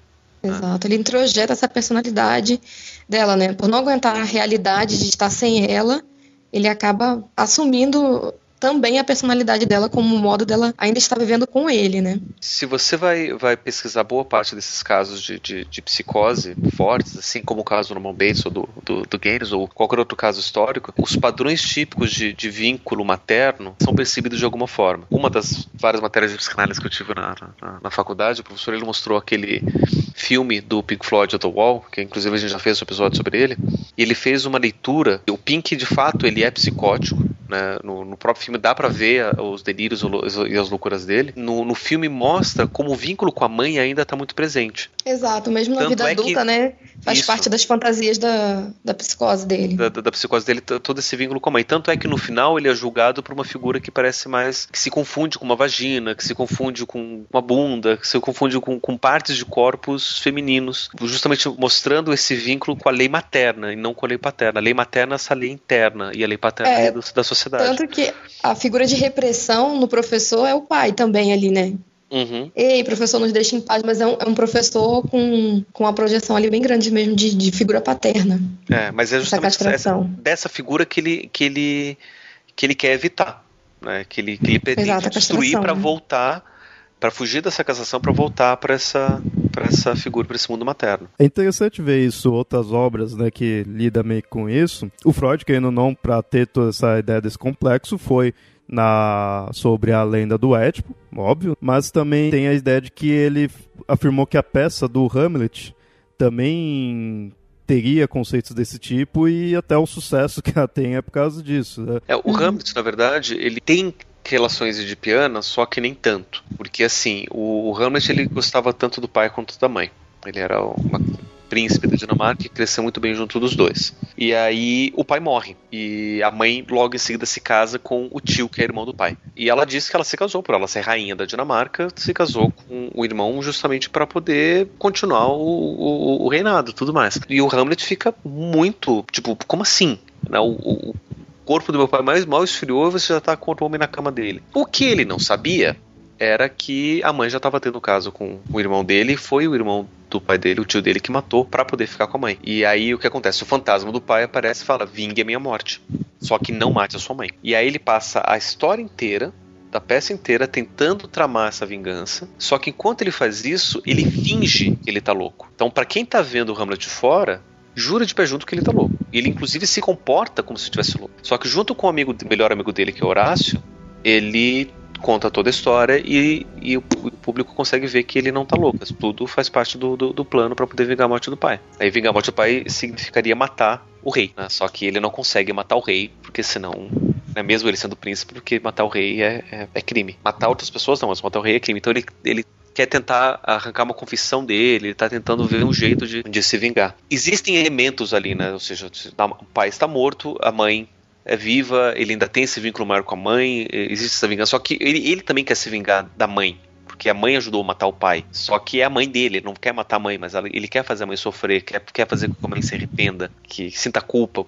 Exato, ele introjeta essa personalidade dela, né? Por não aguentar a realidade de estar sem ela, ele acaba assumindo também a personalidade dela como um modo dela ainda estar vivendo com ele, né? Se você vai pesquisar boa parte desses casos de psicose fortes, assim como o caso do Norman Bates ou do Gaines ou qualquer outro caso histórico, os padrões típicos de vínculo materno são percebidos de alguma forma. Uma das várias matérias de psicanálise que eu tive na faculdade, o professor ele mostrou aquele filme do Pink Floyd, The Wall, que inclusive a gente já fez um episódio sobre ele, e ele fez uma leitura. O Pink, de fato, ele é psicótico, né? No próprio filme dá pra ver os delírios e as loucuras dele. No filme mostra como o vínculo com a mãe ainda tá muito presente. Exato, mesmo na vida adulta, né? Faz parte das fantasias da psicose dele. Da psicose dele, todo esse vínculo com a mãe. Tanto é que no final ele é julgado por uma figura que parece mais, que se confunde com uma vagina, que se confunde com uma bunda, que se confunde com partes de corpos femininos, justamente mostrando esse vínculo com a lei materna e não com a lei paterna. A lei materna é essa lei interna e a lei paterna é da sociedade. Tanto que a figura de repressão no professor é o pai também ali, né? Uhum. Ei, professor, nos deixa em paz, mas é um professor com uma projeção ali bem grande mesmo de figura paterna. Mas é justamente dessa figura que ele quer evitar, né? Que ele pretende destruir para voltar, para fugir dessa castração, para voltar para essa figura, para esse mundo materno. É interessante ver isso, outras obras, né, que lidam meio com isso. O Freud, querendo ou não, para ter toda essa ideia desse complexo, foi sobre a lenda do Édipo, óbvio, mas também tem a ideia de que ele afirmou que a peça do Hamlet também teria conceitos desse tipo e até o sucesso que ela tem é por causa disso, né? O Hamlet, na verdade, ele tem relações edipianas, só que nem tanto, porque assim, o Hamlet ele gostava tanto do pai quanto da mãe. Ele era uma príncipe da Dinamarca e cresceu muito bem junto dos dois. E aí o pai morre e a mãe logo em seguida se casa com o tio, que é irmão do pai. E ela disse que ela se casou, por ela ser rainha da Dinamarca, se casou com o irmão justamente para poder continuar o reinado e tudo mais. E o Hamlet fica muito, tipo, como assim? O corpo do meu pai mal esfriou e você já tá com outro homem na cama dele. O que ele não sabia era que a mãe já estava tendo caso com o irmão dele, e foi o irmão do pai dele, o tio dele, que matou pra poder ficar com a mãe. E aí o que acontece? O fantasma do pai aparece e fala: vingue a minha morte, só que não mate a sua mãe. E aí ele passa a história inteira, da peça inteira, tentando tramar essa vingança, só que enquanto ele faz isso, ele finge que ele tá louco. Então pra quem tá vendo o Hamlet de fora, jura de pé junto que ele tá louco. E ele inclusive se comporta como se estivesse louco. Só que junto com o melhor amigo dele, que é Horácio, ele conta toda a história e o público consegue ver que ele não tá louco. Tudo faz parte do plano para poder vingar a morte do pai. Aí vingar a morte do pai significaria matar o rei, né? Só que ele não consegue matar o rei, porque senão, né, mesmo ele sendo príncipe, porque matar o rei é crime. Matar outras pessoas não, mas matar o rei é crime. Então ele quer tentar arrancar uma confissão dele, ele tá tentando ver um jeito de se vingar. Existem elementos ali, né? Ou seja, o pai está morto, a mãe é viva, ele ainda tem esse vínculo maior com a mãe, existe essa vingança, só que ele também quer se vingar da mãe, porque a mãe ajudou a matar o pai, só que é a mãe dele, ele não quer matar a mãe, mas ele quer fazer a mãe sofrer, quer fazer com que a mãe se arrependa, que sinta culpa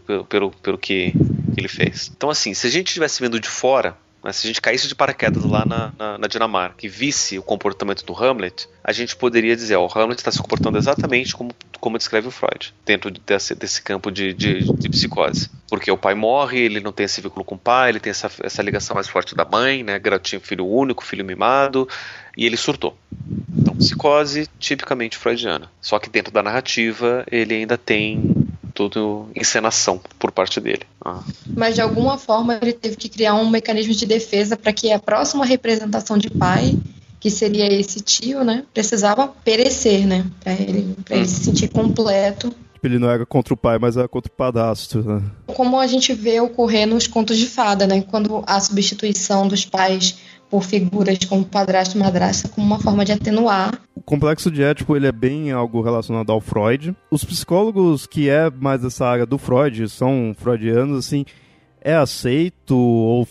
pelo que ele fez. Então assim, se a gente estivesse vendo de fora, mas se a gente caísse de paraquedas lá na Dinamarca e visse o comportamento do Hamlet, a gente poderia dizer, o Hamlet está se comportando exatamente como descreve o Freud, dentro desse campo de psicose. Porque o pai morre, ele não tem esse vínculo com o pai, ele tem essa ligação mais forte da mãe, né? Garotinho, filho único, filho mimado, e ele surtou. Então, psicose tipicamente freudiana. Só que dentro da narrativa, ele ainda tem tudo encenação por parte dele. Mas de alguma forma ele teve que criar um mecanismo de defesa para que a próxima representação de pai, que seria esse tio, né, precisava perecer, né, para ele se sentir completo. Ele não era contra o pai, mas era contra o padrasto, né? Como a gente vê ocorrer nos contos de fada, né, quando a substituição dos pais por figuras como padrasto e madrasta como uma forma de atenuar. O complexo de Édipo, ele é bem algo relacionado ao Freud. Os psicólogos que é mais dessa área do Freud, são freudianos, assim, é aceito ou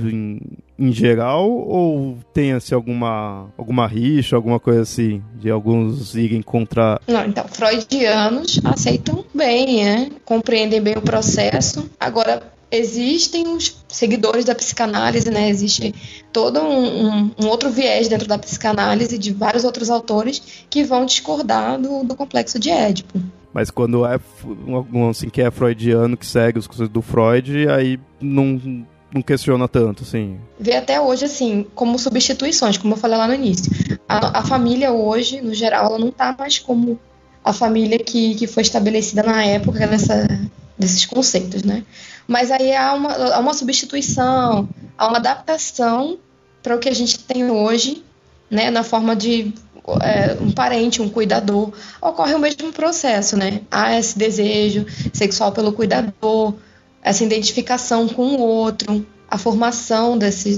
em geral, ou tem assim, alguma rixa, alguma coisa assim, de alguns irem contra... Não, então, freudianos aceitam bem, né? Compreendem bem o processo. Agora, existem os seguidores da psicanálise, né? Existe todo um outro viés dentro da psicanálise de vários outros autores que vão discordar do complexo de Édipo. Mas quando é algum assim, que é freudiano, que segue os conceitos do Freud, aí não questiona tanto, assim. Vê até hoje, assim, como substituições, como eu falei lá no início. A família hoje, no geral, ela não está mais como a família que foi estabelecida na época desses conceitos, né? Mas aí há uma substituição, há uma adaptação para o que a gente tem hoje, né? Na forma de um parente, um cuidador. Ocorre o mesmo processo, né? Há esse desejo sexual pelo cuidador, essa identificação com o outro, a formação desse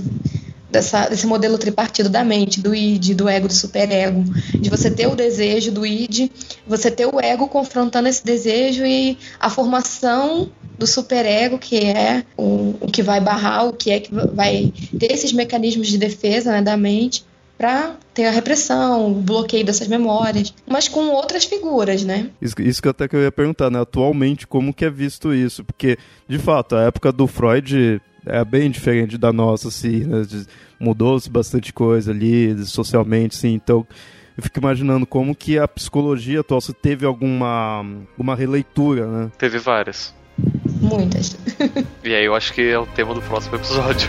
modelo tripartido da mente, do id, do ego, do superego, de você ter o desejo do id, você ter o ego confrontando esse desejo e a formação do superego, que é o que vai barrar, o que é que vai ter esses mecanismos de defesa, né, da mente, para ter a repressão, o bloqueio dessas memórias, mas com outras figuras, né? Isso que até que eu ia perguntar, né? Atualmente, como que é visto isso? Porque, de fato, a época do Freud é bem diferente da nossa, assim, né? Mudou-se bastante coisa ali, socialmente, assim, então eu fico imaginando como que a psicologia atual, se teve alguma releitura, né? Teve várias. Muitas. E aí eu acho que é o tema do próximo episódio.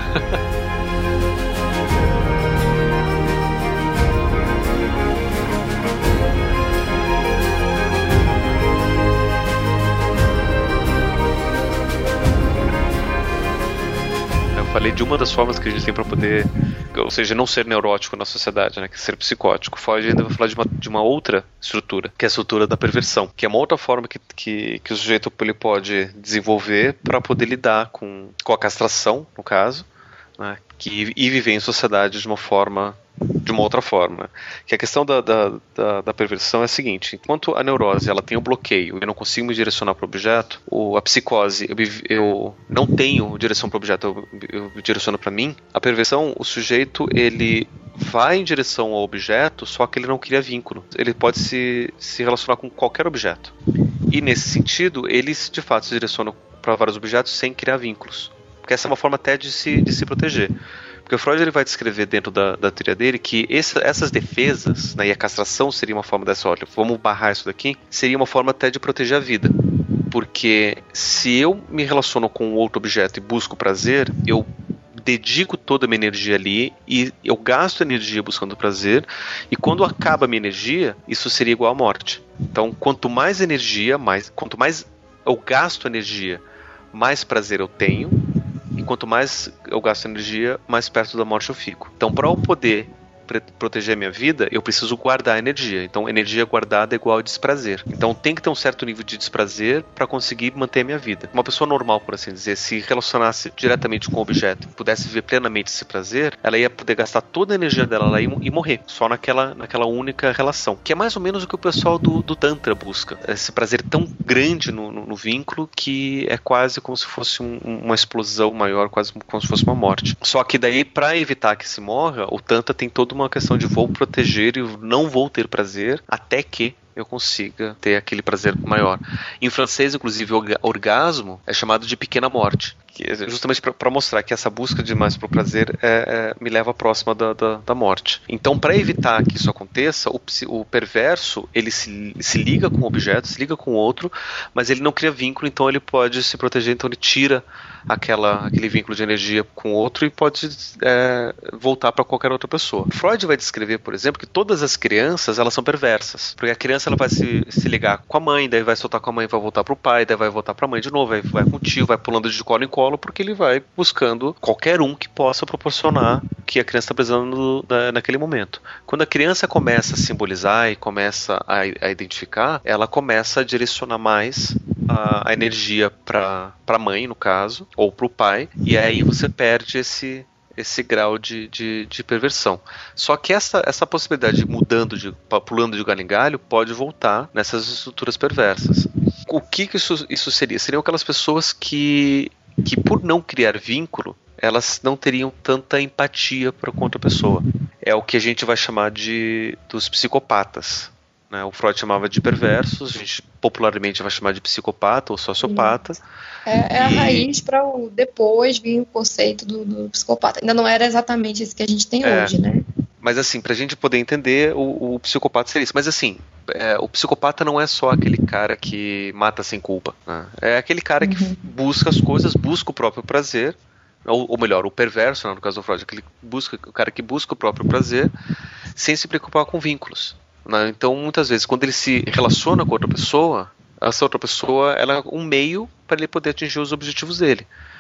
falei falei de uma das formas que a gente tem para poder, ou seja, não ser neurótico na sociedade, né, que é ser psicótico. Freud ainda vai falar de uma outra estrutura, que é a estrutura da perversão, que é uma outra forma que o sujeito ele pode desenvolver para poder lidar com a castração, no caso, né, e viver em sociedade de uma outra forma. Que a questão da perversão é a seguinte: enquanto a neurose ela tem o bloqueio, eu não consigo me direcionar para o objeto, a psicose, eu não tenho direção para o objeto, eu me direciono para mim, a perversão, o sujeito ele vai em direção ao objeto, só que ele não cria vínculo. Ele pode se relacionar com qualquer objeto. E nesse sentido, ele de fato se direciona para vários objetos sem criar vínculos. Porque essa é uma forma até de se proteger. Porque o Freud ele vai descrever dentro da teoria dele que essas defesas, né, e a castração seria uma forma dessa, olha, vamos barrar isso daqui, seria uma forma até de proteger a vida. Porque se eu me relaciono com outro objeto e busco prazer, eu dedico toda a minha energia ali e eu gasto energia buscando prazer, e quando acaba a minha energia, isso seria igual à morte. Então, quanto mais energia, quanto mais eu gasto energia, mais prazer eu tenho. E quanto mais eu gasto energia, mais perto da morte eu fico. Então, para eu poder proteger a minha vida, eu preciso guardar energia. Então, energia guardada é igual a desprazer. Então, tem que ter um certo nível de desprazer para conseguir manter a minha vida. Uma pessoa normal, por assim dizer, se relacionasse diretamente com o objeto, pudesse viver plenamente esse prazer, ela ia poder gastar toda a energia dela lá e morrer, só naquela única relação. Que é mais ou menos o que o pessoal do Tantra busca. Esse prazer tão grande no vínculo que é quase como se fosse uma explosão maior, quase como se fosse uma morte. Só que daí, para evitar que se morra, o Tantra tem toda uma questão de vou proteger e não vou ter prazer até que eu consiga ter aquele prazer maior. Em francês, inclusive, orgasmo é chamado de pequena morte, que é justamente para mostrar que essa busca demais para o prazer me leva próxima da morte. Então, para evitar que isso aconteça, o perverso ele se liga com o objeto, se liga com o outro, mas ele não cria vínculo, então ele pode se proteger, então ele tira aquele vínculo de energia com o outro e pode voltar para qualquer outra pessoa. Freud vai descrever, por exemplo, que todas as crianças elas são perversas, porque a criança ela vai se ligar com a mãe, daí vai soltar com a mãe, vai voltar para o pai, daí vai voltar para a mãe de novo, vai com o tio, vai pulando de colo em colo, porque ele vai buscando qualquer um que possa proporcionar o que a criança está precisando naquele momento. Quando a criança começa a simbolizar e começa a identificar, ela começa a direcionar mais a energia para a mãe, no caso, ou para o pai, e aí você perde esse grau de perversão. Só que essa possibilidade de pulando de galho em galho pode voltar nessas estruturas perversas. O que isso seria? Seriam aquelas pessoas que por não criar vínculo, elas não teriam tanta empatia para com outra pessoa. É o que a gente vai chamar dos psicopatas. Né? O Freud chamava de perversos, a gente popularmente vai chamar de psicopata ou sociopata. É a raiz para depois vir o conceito do psicopata. Ainda não era exatamente isso que a gente tem hoje, né? Mas assim, pra gente poder entender, o psicopata seria isso. Mas assim, o psicopata não é só aquele cara que mata sem culpa. Né? É aquele cara que busca as coisas, busca o próprio prazer, ou melhor, o perverso, né, no caso do Freud, o cara que busca o próprio prazer sem se preocupar com vínculos. Né? Então, muitas vezes, quando ele se relaciona com outra pessoa, essa outra pessoa ela é um meio para ele poder atingir os objetivos dele.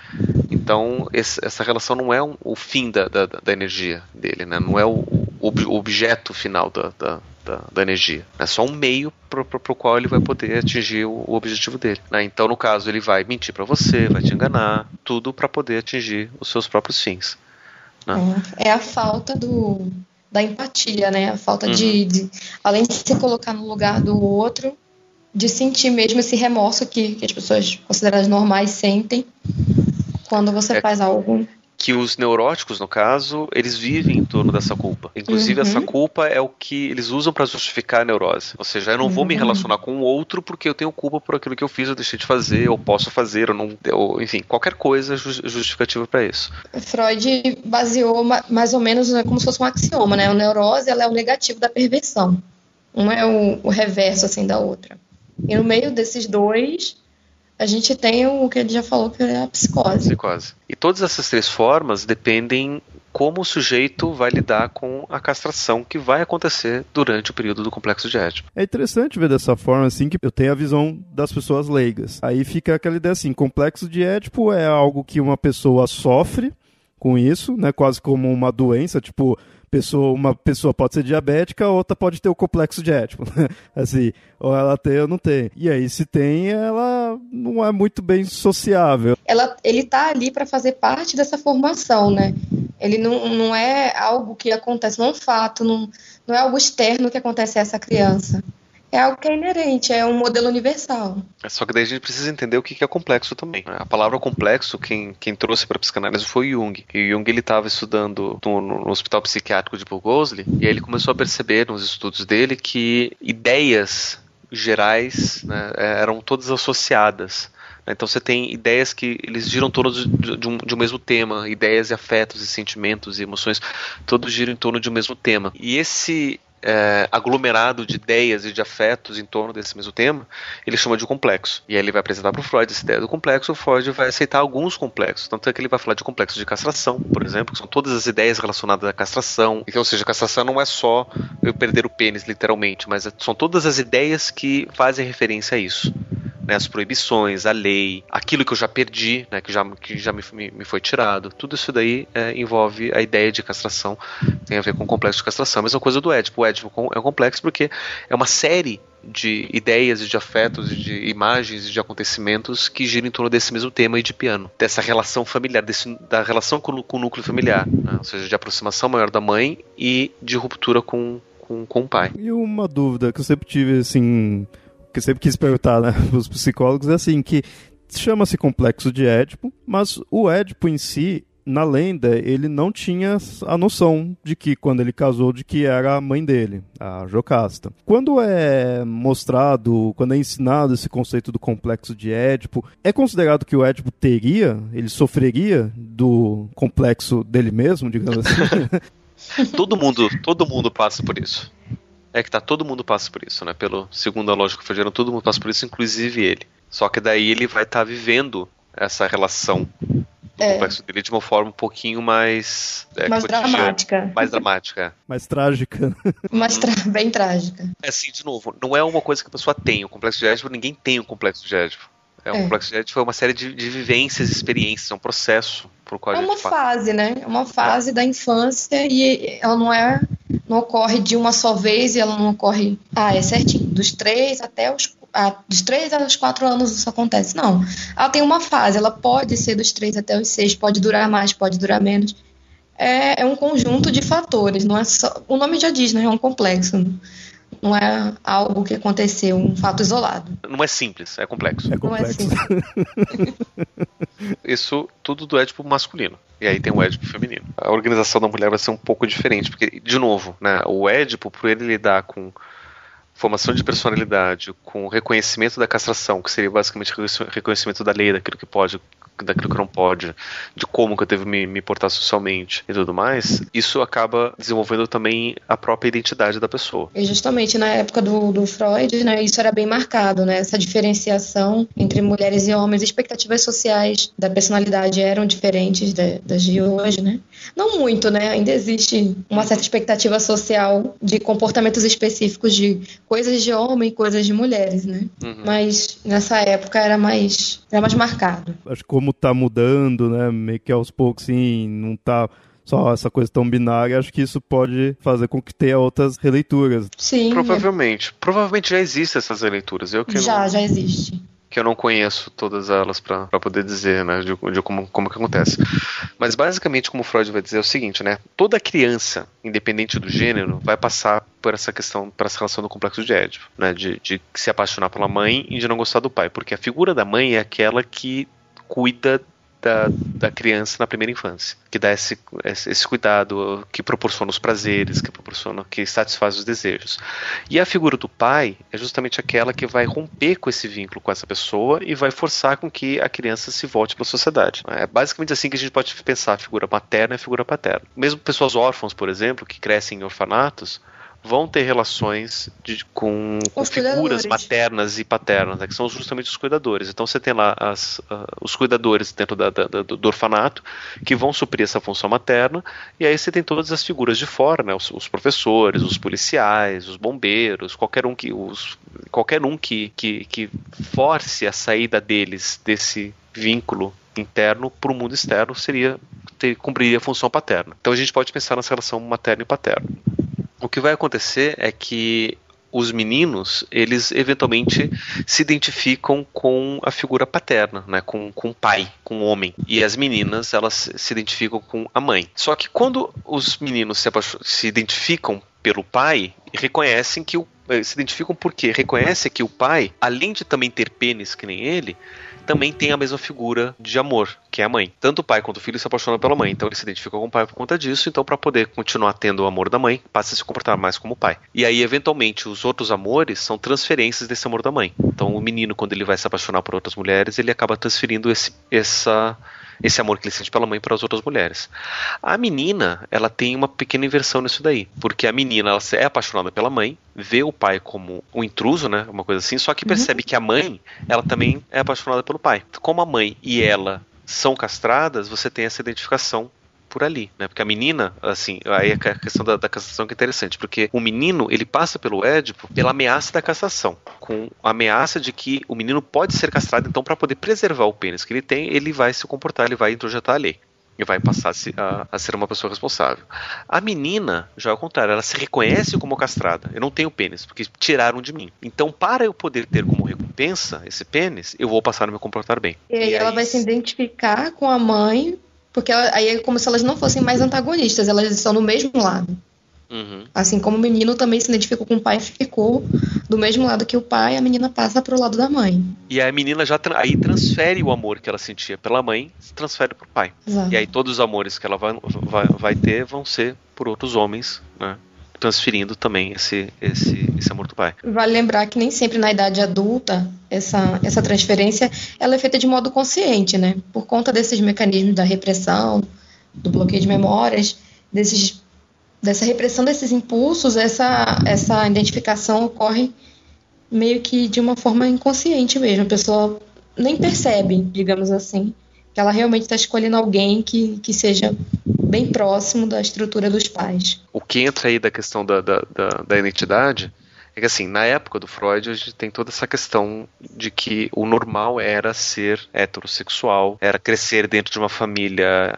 Então, essa relação não é o fim da energia dele, né? Não é o objeto final da energia. É só um meio para o qual ele vai poder atingir o objetivo dele. Né? Então, no caso, ele vai mentir para você, vai te enganar, tudo para poder atingir os seus próprios fins. Né? É a falta da empatia, né? A falta de além de se colocar no lugar do outro, de sentir mesmo esse remorso que as pessoas consideradas normais sentem quando você faz algo. Que os neuróticos, no caso, eles vivem em torno dessa culpa. Inclusive, essa culpa é o que eles usam para justificar a neurose. Ou seja, eu não vou me relacionar com o outro porque eu tenho culpa por aquilo que eu fiz, eu deixei de fazer, ou posso fazer, enfim, qualquer coisa justificativa para isso. Freud baseou mais ou menos como se fosse um axioma, né? A neurose ela é o negativo da perversão. Um é o reverso, assim, da outra. E no meio desses dois, a gente tem o que ele já falou, que é a psicose. E todas essas três formas dependem como o sujeito vai lidar com a castração que vai acontecer durante o período do complexo de Édipo. É interessante ver dessa forma, assim, que eu tenho a visão das pessoas leigas. Aí fica aquela ideia assim, complexo de Édipo é algo que uma pessoa sofre com isso, né? Quase como uma doença, tipo, uma pessoa pode ser diabética, a outra pode ter o complexo de Édipo, né? Assim, ou ela tem ou não tem. E aí, se tem, ela não é muito bem sociável. Ele tá ali para fazer parte dessa formação, né? Ele não é algo que acontece, não é um fato, não é algo externo que acontece a essa criança. É algo que é inerente, é um modelo universal. Só que daí a gente precisa entender o que é complexo também. A palavra complexo, quem trouxe para a psicanálise foi Jung. E Jung ele estava estudando no Hospital Psiquiátrico de Burgosli, e aí ele começou a perceber nos estudos dele que ideias gerais, né, eram todas associadas. Então você tem ideias que eles giram todos de um mesmo tema, ideias e afetos e sentimentos e emoções, todos giram em torno de um mesmo tema. E esse aglomerado de ideias e de afetos em torno desse mesmo tema, ele chama de complexo. E aí ele vai apresentar para o Freud essa ideia do complexo, o Freud vai aceitar alguns complexos. Tanto é que ele vai falar de complexo de castração, por exemplo, que são todas as ideias relacionadas à castração. Ou seja, a castração não é só eu perder o pênis, literalmente, mas são todas as ideias que fazem referência a isso. Né, as proibições, a lei, aquilo que eu já perdi, né, que já me foi tirado. Tudo isso daí envolve a ideia de castração, tem a ver com o complexo de castração. A mesma coisa do Édipo. O Édipo é um complexo porque é uma série de ideias e de afetos e de imagens e de acontecimentos que giram em torno desse mesmo tema edipiano, dessa relação familiar, da relação com o núcleo familiar, né, ou seja, de aproximação maior da mãe e de ruptura com o pai. E uma dúvida que eu sempre tive, assim, que eu sempre quis perguntar, né, os psicólogos, é assim, que chama-se complexo de Édipo, mas o Édipo em si, na lenda, ele não tinha a noção de que, quando ele casou, de que era a mãe dele, a Jocasta. Quando é mostrado, quando é ensinado esse conceito do complexo de Édipo, é considerado que o Édipo ele sofreria do complexo dele mesmo, digamos assim? Todo mundo passa por isso. Todo mundo passa por isso, né? Segundo a lógica freudiana, todo mundo passa por isso, inclusive ele. Só que daí ele vai estar vivendo essa relação do complexo dele de uma forma um pouquinho mais dramática. Mais dramática. Mais trágica. Bem trágica. Assim, de novo, não é uma coisa que a pessoa tem. O complexo de Édipo, ninguém tem o complexo de Édipo. O complexo de Édipo é uma série de vivências e experiências, é um processo por qual a gente passa. Fase, né? É uma fase da infância e ela não ocorre de uma só vez e ela não ocorre... é certinho. Dos 3 aos 4 anos isso acontece. Não. Ela tem uma fase. Ela pode ser dos 3 até os 6. Pode durar mais, pode durar menos. É um conjunto de fatores. Não é só... O nome já diz, né? É um complexo. Não é algo que aconteceu, um fato isolado. Não é simples, é complexo. É complexo. Não é simples. Isso tudo do Édipo masculino. E aí tem o Édipo feminino. A organização da mulher vai ser um pouco diferente, porque, de novo, né, o Édipo, por ele lidar com formação de personalidade, com reconhecimento da castração, que seria basicamente reconhecimento da lei, daquilo que pode, daquilo que não pode, de como que eu devo me portar socialmente e tudo mais, isso acaba desenvolvendo também a própria identidade da pessoa. E justamente na época do Freud, né, isso era bem marcado, né, essa diferenciação entre mulheres e homens, expectativas sociais da personalidade eram diferentes das de hoje, né? Não muito, né? Ainda existe uma certa expectativa social de comportamentos específicos de coisas de homem e coisas de mulheres, né? Uhum. Mas nessa época era mais marcado. Acho que como tá mudando, né? Meio que aos poucos, sim, não tá só essa coisa tão binária, acho que isso pode fazer com que tenha outras releituras. Sim. Provavelmente já existem essas releituras. Já existe. Que eu não conheço todas elas para poder dizer, né, de como que acontece. Mas basicamente, como Freud vai dizer, é o seguinte, né, toda criança, independente do gênero, vai passar por essa questão, por essa relação do complexo de Édipo, né, de se apaixonar pela mãe e de não gostar do pai, porque a figura da mãe é aquela que cuida da criança na primeira infância, que dá esse cuidado, que proporciona os prazeres, que satisfaz os desejos. E a figura do pai é justamente aquela que vai romper com esse vínculo com essa pessoa e vai forçar com que a criança se volte para a sociedade. É basicamente assim que a gente pode pensar a figura materna e a figura paterna. Mesmo pessoas órfãs, por exemplo, que crescem em orfanatos, vão ter relações com figuras maternas e paternas, né, que são justamente os cuidadores. Então você tem lá os cuidadores dentro do orfanato que vão suprir essa função materna, e aí você tem todas as figuras de fora, né, os professores, os policiais, os bombeiros, qualquer um que force a saída deles desse vínculo interno para o mundo externo seria cumpriria a função paterna. Então a gente pode pensar nessa relação materna e paterna. O que vai acontecer é que os meninos, eles eventualmente se identificam com a figura paterna, né, com o pai, com o homem. E as meninas, elas se identificam com a mãe. Só que quando os meninos se identificam pelo pai, reconhecem que se identificam por quê? Reconhecem que o pai, além de também ter pênis que nem ele, também tem a mesma figura de amor, que é a mãe. Tanto o pai quanto o filho se apaixonam pela mãe, então ele se identifica com o pai por conta disso, então para poder continuar tendo o amor da mãe, passa a se comportar mais como o pai. E aí, eventualmente, os outros amores são transferências desse amor da mãe. Então o menino, quando ele vai se apaixonar por outras mulheres, ele acaba transferindo esse amor que ele sente pela mãe para as outras mulheres. A menina, ela tem uma pequena inversão nisso daí, porque a menina, ela é apaixonada pela mãe, vê o pai como um intruso, né, uma coisa assim, só que percebe que a mãe, ela também é apaixonada pelo pai. Como a mãe e ela são castradas, você tem essa identificação por ali, né? Porque a menina, assim, aí a questão da castração que é interessante, porque o menino, ele passa pelo Édipo pela ameaça da castração, com a ameaça de que o menino pode ser castrado, então para poder preservar o pênis que ele tem, ele vai se comportar, ele vai introjetar a lei. E vai passar a ser uma pessoa responsável. A menina, já ao contrário, ela se reconhece como castrada. Eu não tenho pênis, porque tiraram de mim. Então, para eu poder ter como recompensa esse pênis, eu vou passar a me comportar bem. E aí ela vai se identificar com a mãe, porque aí é como se elas não fossem mais antagonistas, elas estão no mesmo lado. Uhum. Assim como o menino também se identificou com o pai e ficou do mesmo lado que o pai, a menina passa pro lado da mãe. E a menina já aí transfere o amor que ela sentia pela mãe, transfere pro pai. Exato. E aí todos os amores que ela vai ter vão ser por outros homens, né? Transferindo também esse amor do pai. Vale lembrar que nem sempre na idade adulta essa transferência ela é feita de modo consciente, né? Por conta desses mecanismos da repressão, do bloqueio de memórias, dessa repressão desses impulsos, essa identificação ocorre meio que de uma forma inconsciente mesmo. A pessoa nem percebe, digamos assim, que ela realmente está escolhendo alguém que seja bem próximo da estrutura dos pais. O que entra aí da questão da identidade é que, assim, na época do Freud, a gente tem toda essa questão de que o normal era ser heterossexual, era crescer dentro de uma família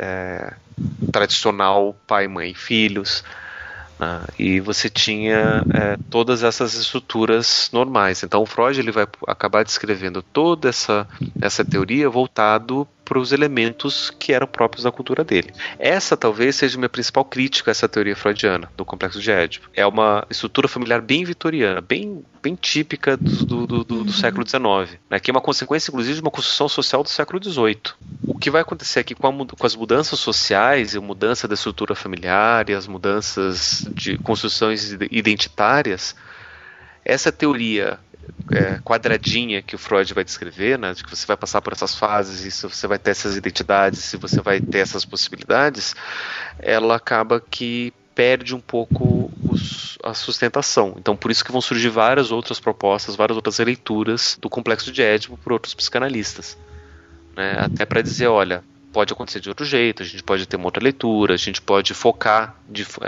tradicional, pai, mãe e filhos, né? E você tinha todas essas estruturas normais. Então o Freud ele vai acabar descrevendo toda essa teoria voltado para os elementos que eram próprios da cultura dele. Essa talvez seja a minha principal crítica a essa teoria freudiana do complexo de Édipo. É uma estrutura familiar bem vitoriana, bem típica do século XIX, né, que é uma consequência inclusive de uma construção social do século XVIII. O que vai acontecer aqui com as mudanças sociais e a mudança da estrutura familiar e as mudanças de construções identitárias, essa teoria quadradinha que o Freud vai descrever, né, de que você vai passar por essas fases e se você vai ter essas identidades, se você vai ter essas possibilidades, ela acaba que perde um pouco a sustentação. Então por isso que vão surgir várias outras propostas, várias outras leituras do complexo de Édipo por outros psicanalistas, né, até para dizer, olha, pode acontecer de outro jeito, a gente pode ter uma outra leitura, a gente pode focar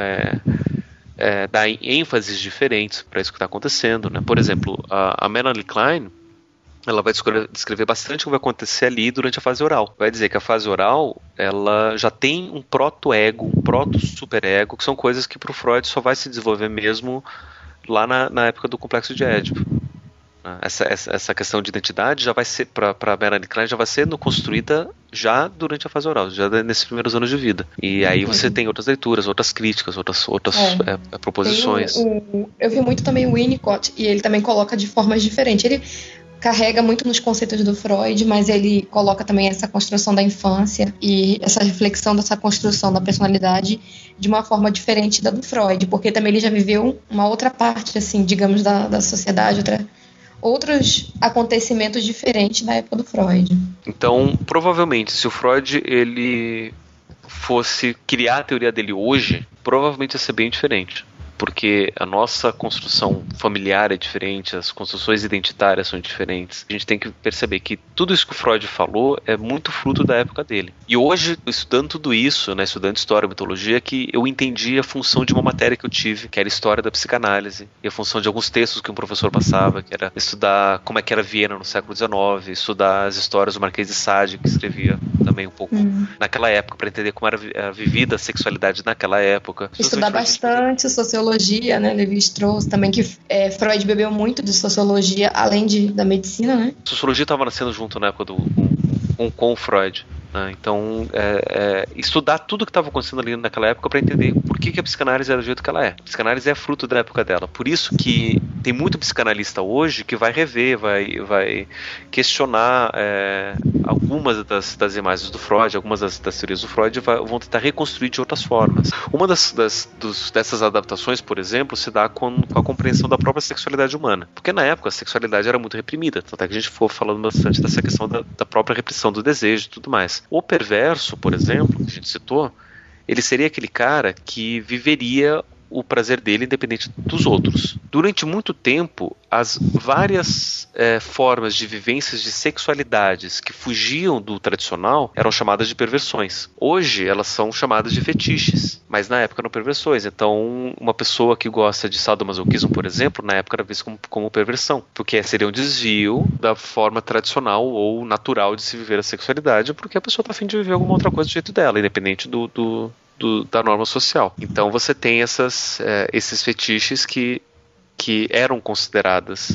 dar ênfases diferentes para isso que está acontecendo, né? Por exemplo, a Melanie Klein, ela vai descrever bastante o que vai acontecer ali durante a fase oral. Vai dizer que a fase oral, ela já tem um proto-ego, um proto-superego, que são coisas que para o Freud só vai se desenvolver mesmo lá na época do complexo de Édipo. Essa questão de identidade já vai ser, para Melanie Klein, já vai sendo construída já durante a fase oral, já nesses primeiros anos de vida. E aí você tem outras leituras, outras críticas, outras proposições. Eu vi muito também o Winnicott, e ele também coloca de formas diferentes. Ele carrega muito nos conceitos do Freud, mas ele coloca também essa construção da infância e essa reflexão dessa construção da personalidade de uma forma diferente da do Freud, porque também ele já viveu uma outra parte, assim, digamos, da sociedade, outros acontecimentos diferentes da época do Freud. Então, provavelmente, se o Freud ele fosse criar a teoria dele hoje, provavelmente ia ser bem diferente. Porque a nossa construção familiar é diferente, as construções identitárias são diferentes. A gente tem que perceber que tudo isso que o Freud falou é muito fruto da época dele. E hoje, estudando tudo isso, né, estudando história e mitologia, que eu entendi a função de uma matéria que eu tive, que era história da psicanálise, e a função de alguns textos que um professor passava, que era estudar como é que era Viena no século XIX, estudar as histórias do Marquês de Sade, que escrevia também também um pouco naquela época, para entender como era vivida a sexualidade naquela época. Estudar bastante sociologia, né? Levi-Strauss também, que Freud bebeu muito de sociologia, além da medicina, né? Sociologia estava nascendo junto na época com o Freud. Então, estudar tudo o que estava acontecendo ali naquela época para entender por que a psicanálise era do jeito que ela é. A psicanálise é fruto da época dela. Por isso que tem muito psicanalista hoje que vai rever, vai questionar algumas das imagens do Freud, algumas das teorias do Freud, vão tentar reconstruir de outras formas. Uma dessas adaptações, por exemplo, se dá com a compreensão da própria sexualidade humana. Porque na época a sexualidade era muito reprimida. Tanto é que a gente for falando bastante dessa questão da própria repressão do desejo e tudo mais. O perverso, por exemplo, que a gente citou, ele seria aquele cara que viveria o prazer dele independente dos outros. Durante muito tempo, as várias formas de vivências de sexualidades que fugiam do tradicional eram chamadas de perversões. Hoje, elas são chamadas de fetiches, mas na época eram perversões. Então, uma pessoa que gosta de sadomasoquismo, por exemplo, na época era vista como perversão, porque seria um desvio da forma tradicional ou natural de se viver a sexualidade, porque a pessoa está a fim de viver alguma outra coisa do jeito dela, independente da norma social. Então você tem esses fetiches que eram consideradas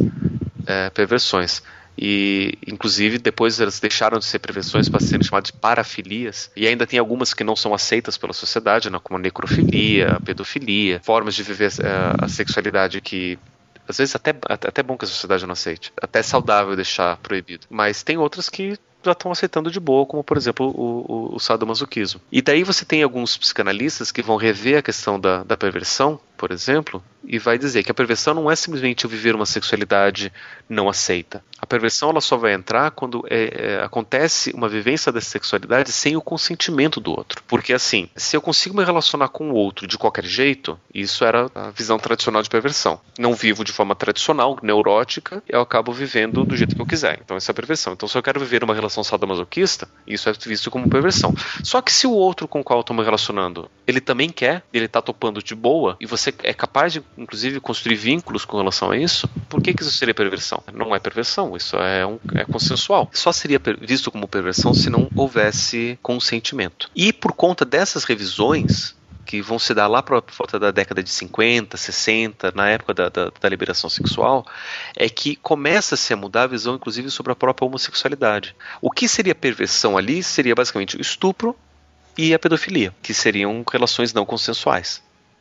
perversões. E, inclusive, depois elas deixaram de ser perversões para serem chamadas de parafilias. E ainda tem algumas que não são aceitas pela sociedade, né, como a necrofilia, a pedofilia, formas de viver a sexualidade que às vezes até bom que a sociedade não aceite. Até é saudável deixar proibido. Mas tem outras que já estão aceitando de boa, como por exemplo o sadomasoquismo. E daí você tem alguns psicanalistas que vão rever a questão da perversão, por exemplo, e vai dizer que a perversão não é simplesmente eu viver uma sexualidade não aceita. A perversão ela só vai entrar quando acontece uma vivência dessa sexualidade sem o consentimento do outro. Porque assim, se eu consigo me relacionar com o outro de qualquer jeito, isso era a visão tradicional de perversão. Não vivo de forma tradicional, neurótica, eu acabo vivendo do jeito que eu quiser. Então isso é perversão. Então se eu quero viver uma relação sadomasoquista, isso é visto como perversão. Só que se o outro com o qual eu estou me relacionando, ele também quer, ele está topando de boa, e você é capaz de, inclusive, construir vínculos com relação a isso, por que isso seria perversão? Não é perversão, isso é consensual. Só seria visto como perversão se não houvesse consentimento. E por conta dessas revisões, que vão se dar lá por volta da década de 50, 60, na época da liberação sexual, é que começa-se a mudar a visão, inclusive, sobre a própria homossexualidade. O que seria perversão ali seria basicamente o estupro e a pedofilia, que seriam relações não consensuais.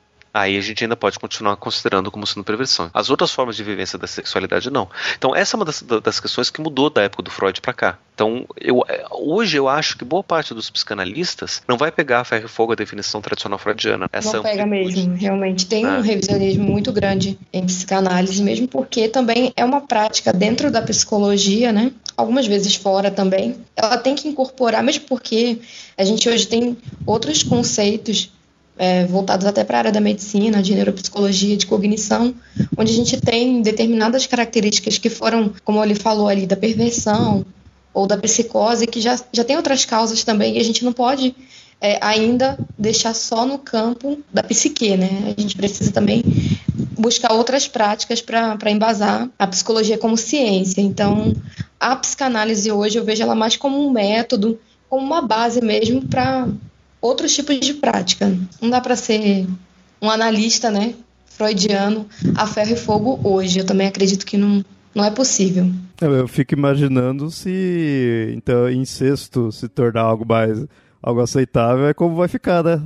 Aí a gente ainda pode continuar considerando como sendo perversão. As outras formas de vivência da sexualidade, não. Então essa é uma das questões que mudou da época do Freud para cá. Então hoje eu acho que boa parte dos psicanalistas não vai pegar a ferro e fogo a definição tradicional freudiana. Não pega mesmo, realmente. Tem um revisionismo muito grande em psicanálise, mesmo porque também é uma prática dentro da psicologia, né? Algumas vezes fora também. Ela tem que incorporar, mesmo porque a gente hoje tem outros conceitos voltados até para a área da medicina, de neuropsicologia, de cognição, onde a gente tem determinadas características que foram, como ele falou ali, da perversão ou da psicose, que já tem outras causas também, e a gente não pode ainda deixar só no campo da psique, né? A gente precisa também buscar outras práticas para embasar a psicologia como ciência. Então, a psicanálise hoje eu vejo ela mais como um método, como uma base mesmo para outros tipos de prática. Não dá para ser um analista, né, freudiano a ferro e fogo hoje. Eu também acredito que não é possível. Eu fico imaginando se então incesto se tornar algo aceitável, como vai ficar, né?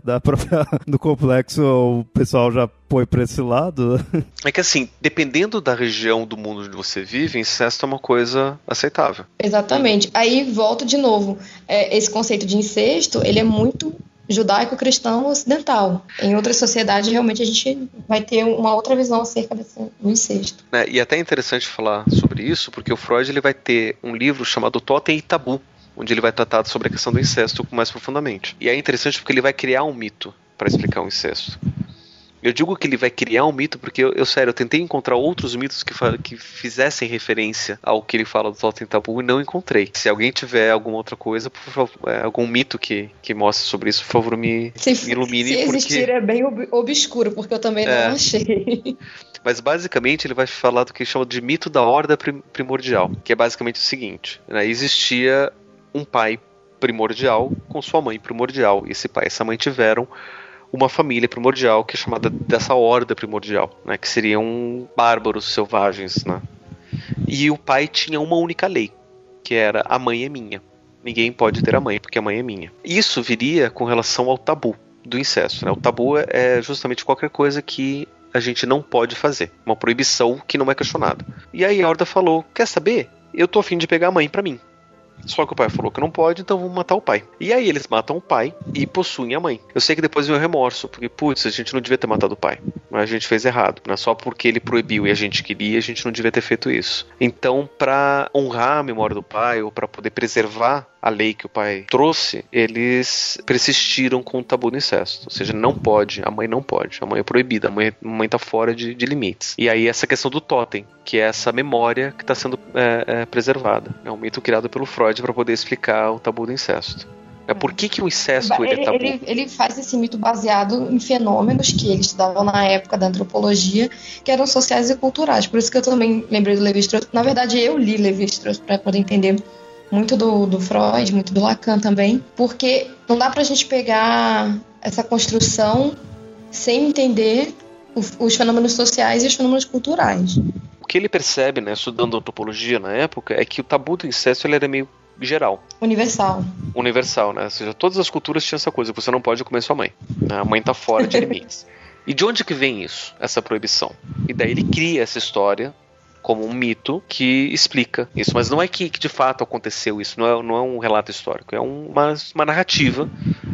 Do complexo, o pessoal já põe para esse lado. É que assim, dependendo da região do mundo onde você vive, incesto é uma coisa aceitável. Exatamente. Aí volto de novo. Esse conceito de incesto, ele é muito judaico-cristão ocidental. Em outras sociedades, realmente, a gente vai ter uma outra visão acerca do incesto. E até é interessante falar sobre isso, porque o Freud ele vai ter um livro chamado Totem e Tabu, onde ele vai tratar sobre a questão do incesto mais profundamente. E é interessante porque ele vai criar um mito para explicar o incesto. Eu digo que ele vai criar um mito porque eu tentei encontrar outros mitos que fizessem referência ao que ele fala do Totem e Tabu e não encontrei. Se alguém tiver alguma outra coisa, por favor, algum mito que mostre sobre isso, por favor, me ilumine. Se existir, é bem obscuro, porque eu também não achei. Mas basicamente ele vai falar do que ele chama de mito da horda primordial, que é basicamente o seguinte, né? Existia um pai primordial com sua mãe primordial. Esse pai e essa mãe tiveram uma família primordial que é chamada dessa horda primordial, né, que seriam bárbaros selvagens, né? E o pai tinha uma única lei, que era: a mãe é minha. Ninguém pode ter a mãe, porque a mãe é minha. Isso viria com relação ao tabu do incesto, né? O tabu é justamente qualquer coisa que a gente não pode fazer. Uma proibição que não é questionada. E aí a horda falou: quer saber? Eu tô a fim de pegar a mãe pra mim. Só que o pai falou que não pode, então vamos matar o pai. E aí eles matam o pai e possuem a mãe. Eu sei que depois vem o remorso, porque, putz, a gente não devia ter matado o pai. Mas a gente fez errado, né? Só porque ele proibiu e a gente queria, a gente não devia ter feito isso. Então, pra honrar a memória do pai, ou pra poder preservar a lei que o pai trouxe, eles persistiram com o tabu do incesto. Ou seja, não pode, a mãe não pode, a mãe é proibida, a mãe tá fora de limites. E aí essa questão do totem, que é essa memória que está sendo preservada. É um mito criado pelo Freud para poder explicar o tabu do incesto. Por que o incesto ele é tabu? Ele faz esse mito baseado em fenômenos que ele estudava na época da antropologia, que eram sociais e culturais. Por isso que eu também lembrei do Lévi-Strauss. Na verdade, eu li Lévi-Strauss para poder entender muito do Freud, muito do Lacan também, porque não dá pra gente pegar essa construção sem entender os fenômenos sociais e os fenômenos culturais. O que ele percebe, né, estudando antropologia na época, é que o tabu do incesto ele era meio geral. Universal, né? Ou seja, todas as culturas tinham essa coisa: você não pode comer sua mãe. A mãe tá fora de limites. E de onde que vem isso, essa proibição? E daí ele cria essa história como um mito que explica isso. Mas não é que de fato aconteceu isso, não é um relato histórico, é uma narrativa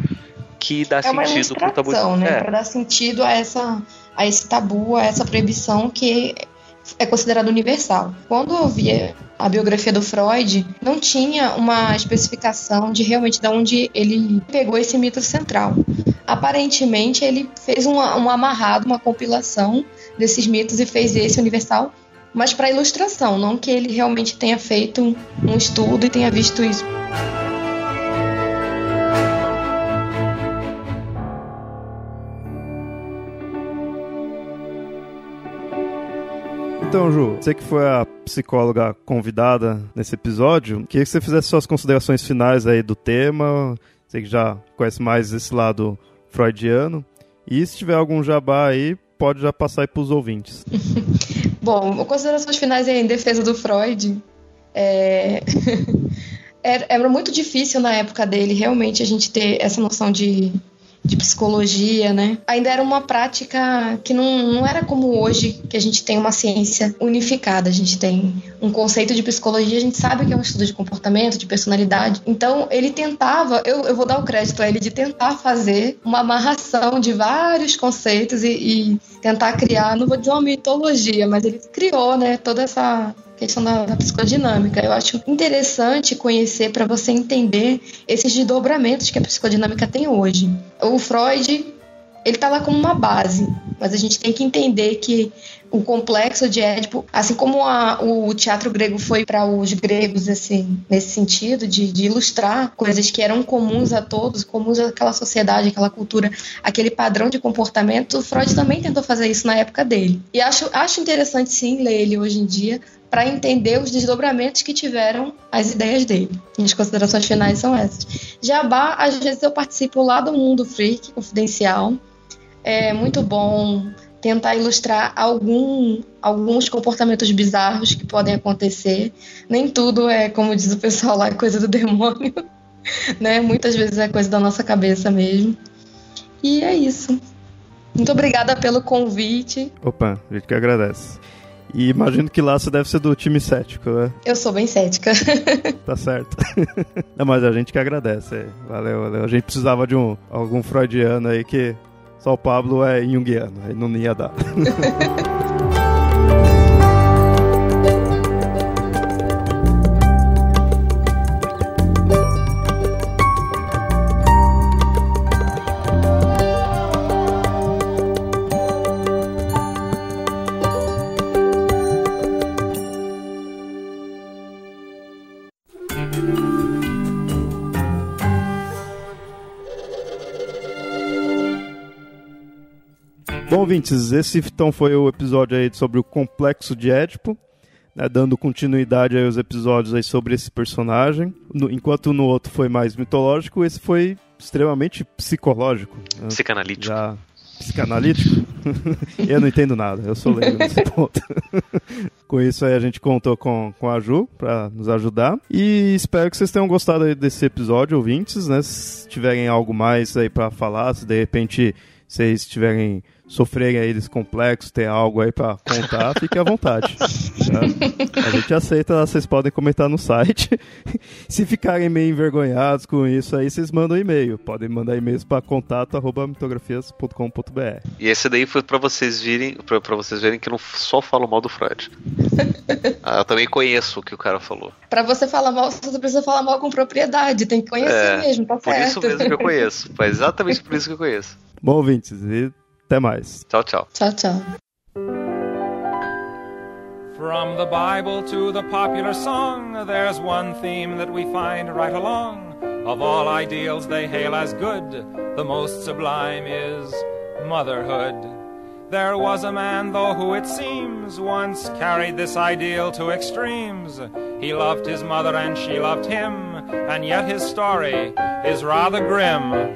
que dá sentido pro tabu. Né? Para dar sentido a esse tabu, a essa proibição que é considerada universal. Quando eu vi a biografia do Freud, não tinha uma especificação de realmente de onde ele pegou esse mito central. Aparentemente, ele fez um amarrado, uma compilação desses mitos e fez esse universal, mas para ilustração, não que ele realmente tenha feito um estudo e tenha visto isso. Então, Ju, você que foi a psicóloga convidada nesse episódio, queria que você fizesse suas considerações finais aí do tema. Você que já conhece mais esse lado freudiano. E se tiver algum jabá aí, pode já passar aí para os ouvintes. Bom, considerações finais aí em defesa do Freud. Era muito difícil na época dele realmente a gente ter essa noção de psicologia, né? Ainda era uma prática que não era como hoje, que a gente tem uma ciência unificada. A gente tem um conceito de psicologia, a gente sabe que é um estudo de comportamento, de personalidade. Então, ele tentava, eu vou dar o crédito a ele, de tentar fazer uma amarração de vários conceitos e tentar criar, não vou dizer uma mitologia, mas ele criou, né, toda essa questão da psicodinâmica. Eu acho interessante conhecer para você entender esses desdobramentos que a psicodinâmica tem hoje. O Freud, ele tá lá como uma base, mas a gente tem que entender que o complexo de Édipo, assim como o teatro grego foi para os gregos, assim, nesse sentido de ilustrar coisas que eram comuns a todos, comuns àquela sociedade, aquela cultura, aquele padrão de comportamento, o Freud também tentou fazer isso na época dele. E acho interessante, sim, ler ele hoje em dia, para entender os desdobramentos que tiveram as ideias dele. Minhas considerações finais são essas. Jabá, às vezes eu participo lá do Mundo Freak Confidencial. É muito bom tentar ilustrar alguns comportamentos bizarros que podem acontecer. Nem tudo é, como diz o pessoal lá, é coisa do demônio, né? Muitas vezes é coisa da nossa cabeça mesmo. E é isso. Muito obrigada pelo convite. Opa, a gente que agradece. E imagino que lá você deve ser do time cético, né? Eu sou bem cética. Tá certo. Não, mas a gente que agradece. Valeu. A gente precisava de algum freudiano aí que só o Pablo é junguiano. Aí não ia dar. Bom, ouvintes, esse então foi o episódio aí sobre o complexo de Édipo. né, dando continuidade aí aos episódios aí sobre esse personagem. Enquanto no outro foi mais mitológico, esse foi extremamente psicológico. Psicanalítico. Já... Psicanalítico? Eu não entendo nada, eu sou leigo nesse ponto. Com isso aí a gente contou com a Ju pra nos ajudar. E espero que vocês tenham gostado aí desse episódio, ouvintes, né? Se tiverem algo mais aí pra falar, se de repente vocês tiverem sofrerem aí desse complexo, ter algo aí pra contar, fiquem à vontade. Tá? A gente aceita, vocês podem comentar no site. Se ficarem meio envergonhados com isso aí, vocês mandam e-mail. Podem mandar e-mails para contato@mitografias.com.br. E esse daí foi pra vocês verem que eu não só falo mal do Freud. Eu também conheço o que o cara falou. Pra você falar mal, você precisa falar mal com propriedade. Tem que conhecer mesmo, tá por certo. Por isso mesmo que eu conheço. Foi exatamente por isso que eu conheço. Bom, ouvintes, e até mais. Tchau, tchau. Tchau, tchau. From the Bible to the popular song, there's one theme that we find right along. Of all ideals they hail as good, the most sublime is motherhood. There was a man, though, who it seems once carried this ideal to extremes. He loved his mother and she loved him, and yet his story is rather grim.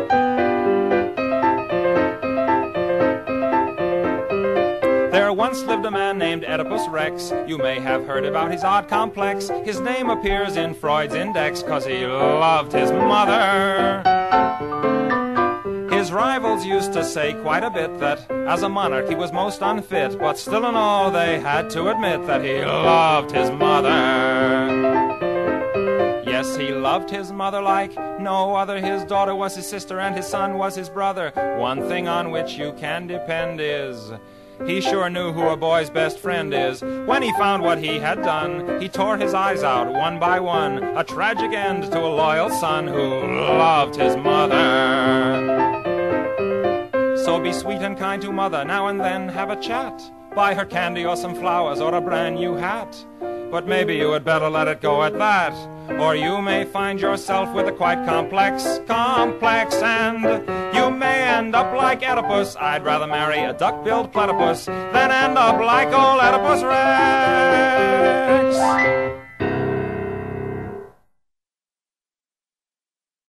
There once lived a man named Oedipus Rex. You may have heard about his odd complex. His name appears in Freud's index 'cause he loved his mother. His rivals used to say quite a bit that as a monarch he was most unfit, but still in all they had to admit that he loved his mother. Yes, he loved his mother like no other. His daughter was his sister and his son was his brother. One thing on which you can depend is he sure knew who a boy's best friend is. When he found what he had done, he tore his eyes out one by one. A tragic end to a loyal son who loved his mother. So be sweet and kind to mother, now and then have a chat. Buy her candy or some flowers or a brand new hat. But maybe you had better let it go at that, or you may find yourself with a quite complex, and you may end up like Oedipus. I'd rather marry a duck-billed platypus than end up like old Oedipus Rex.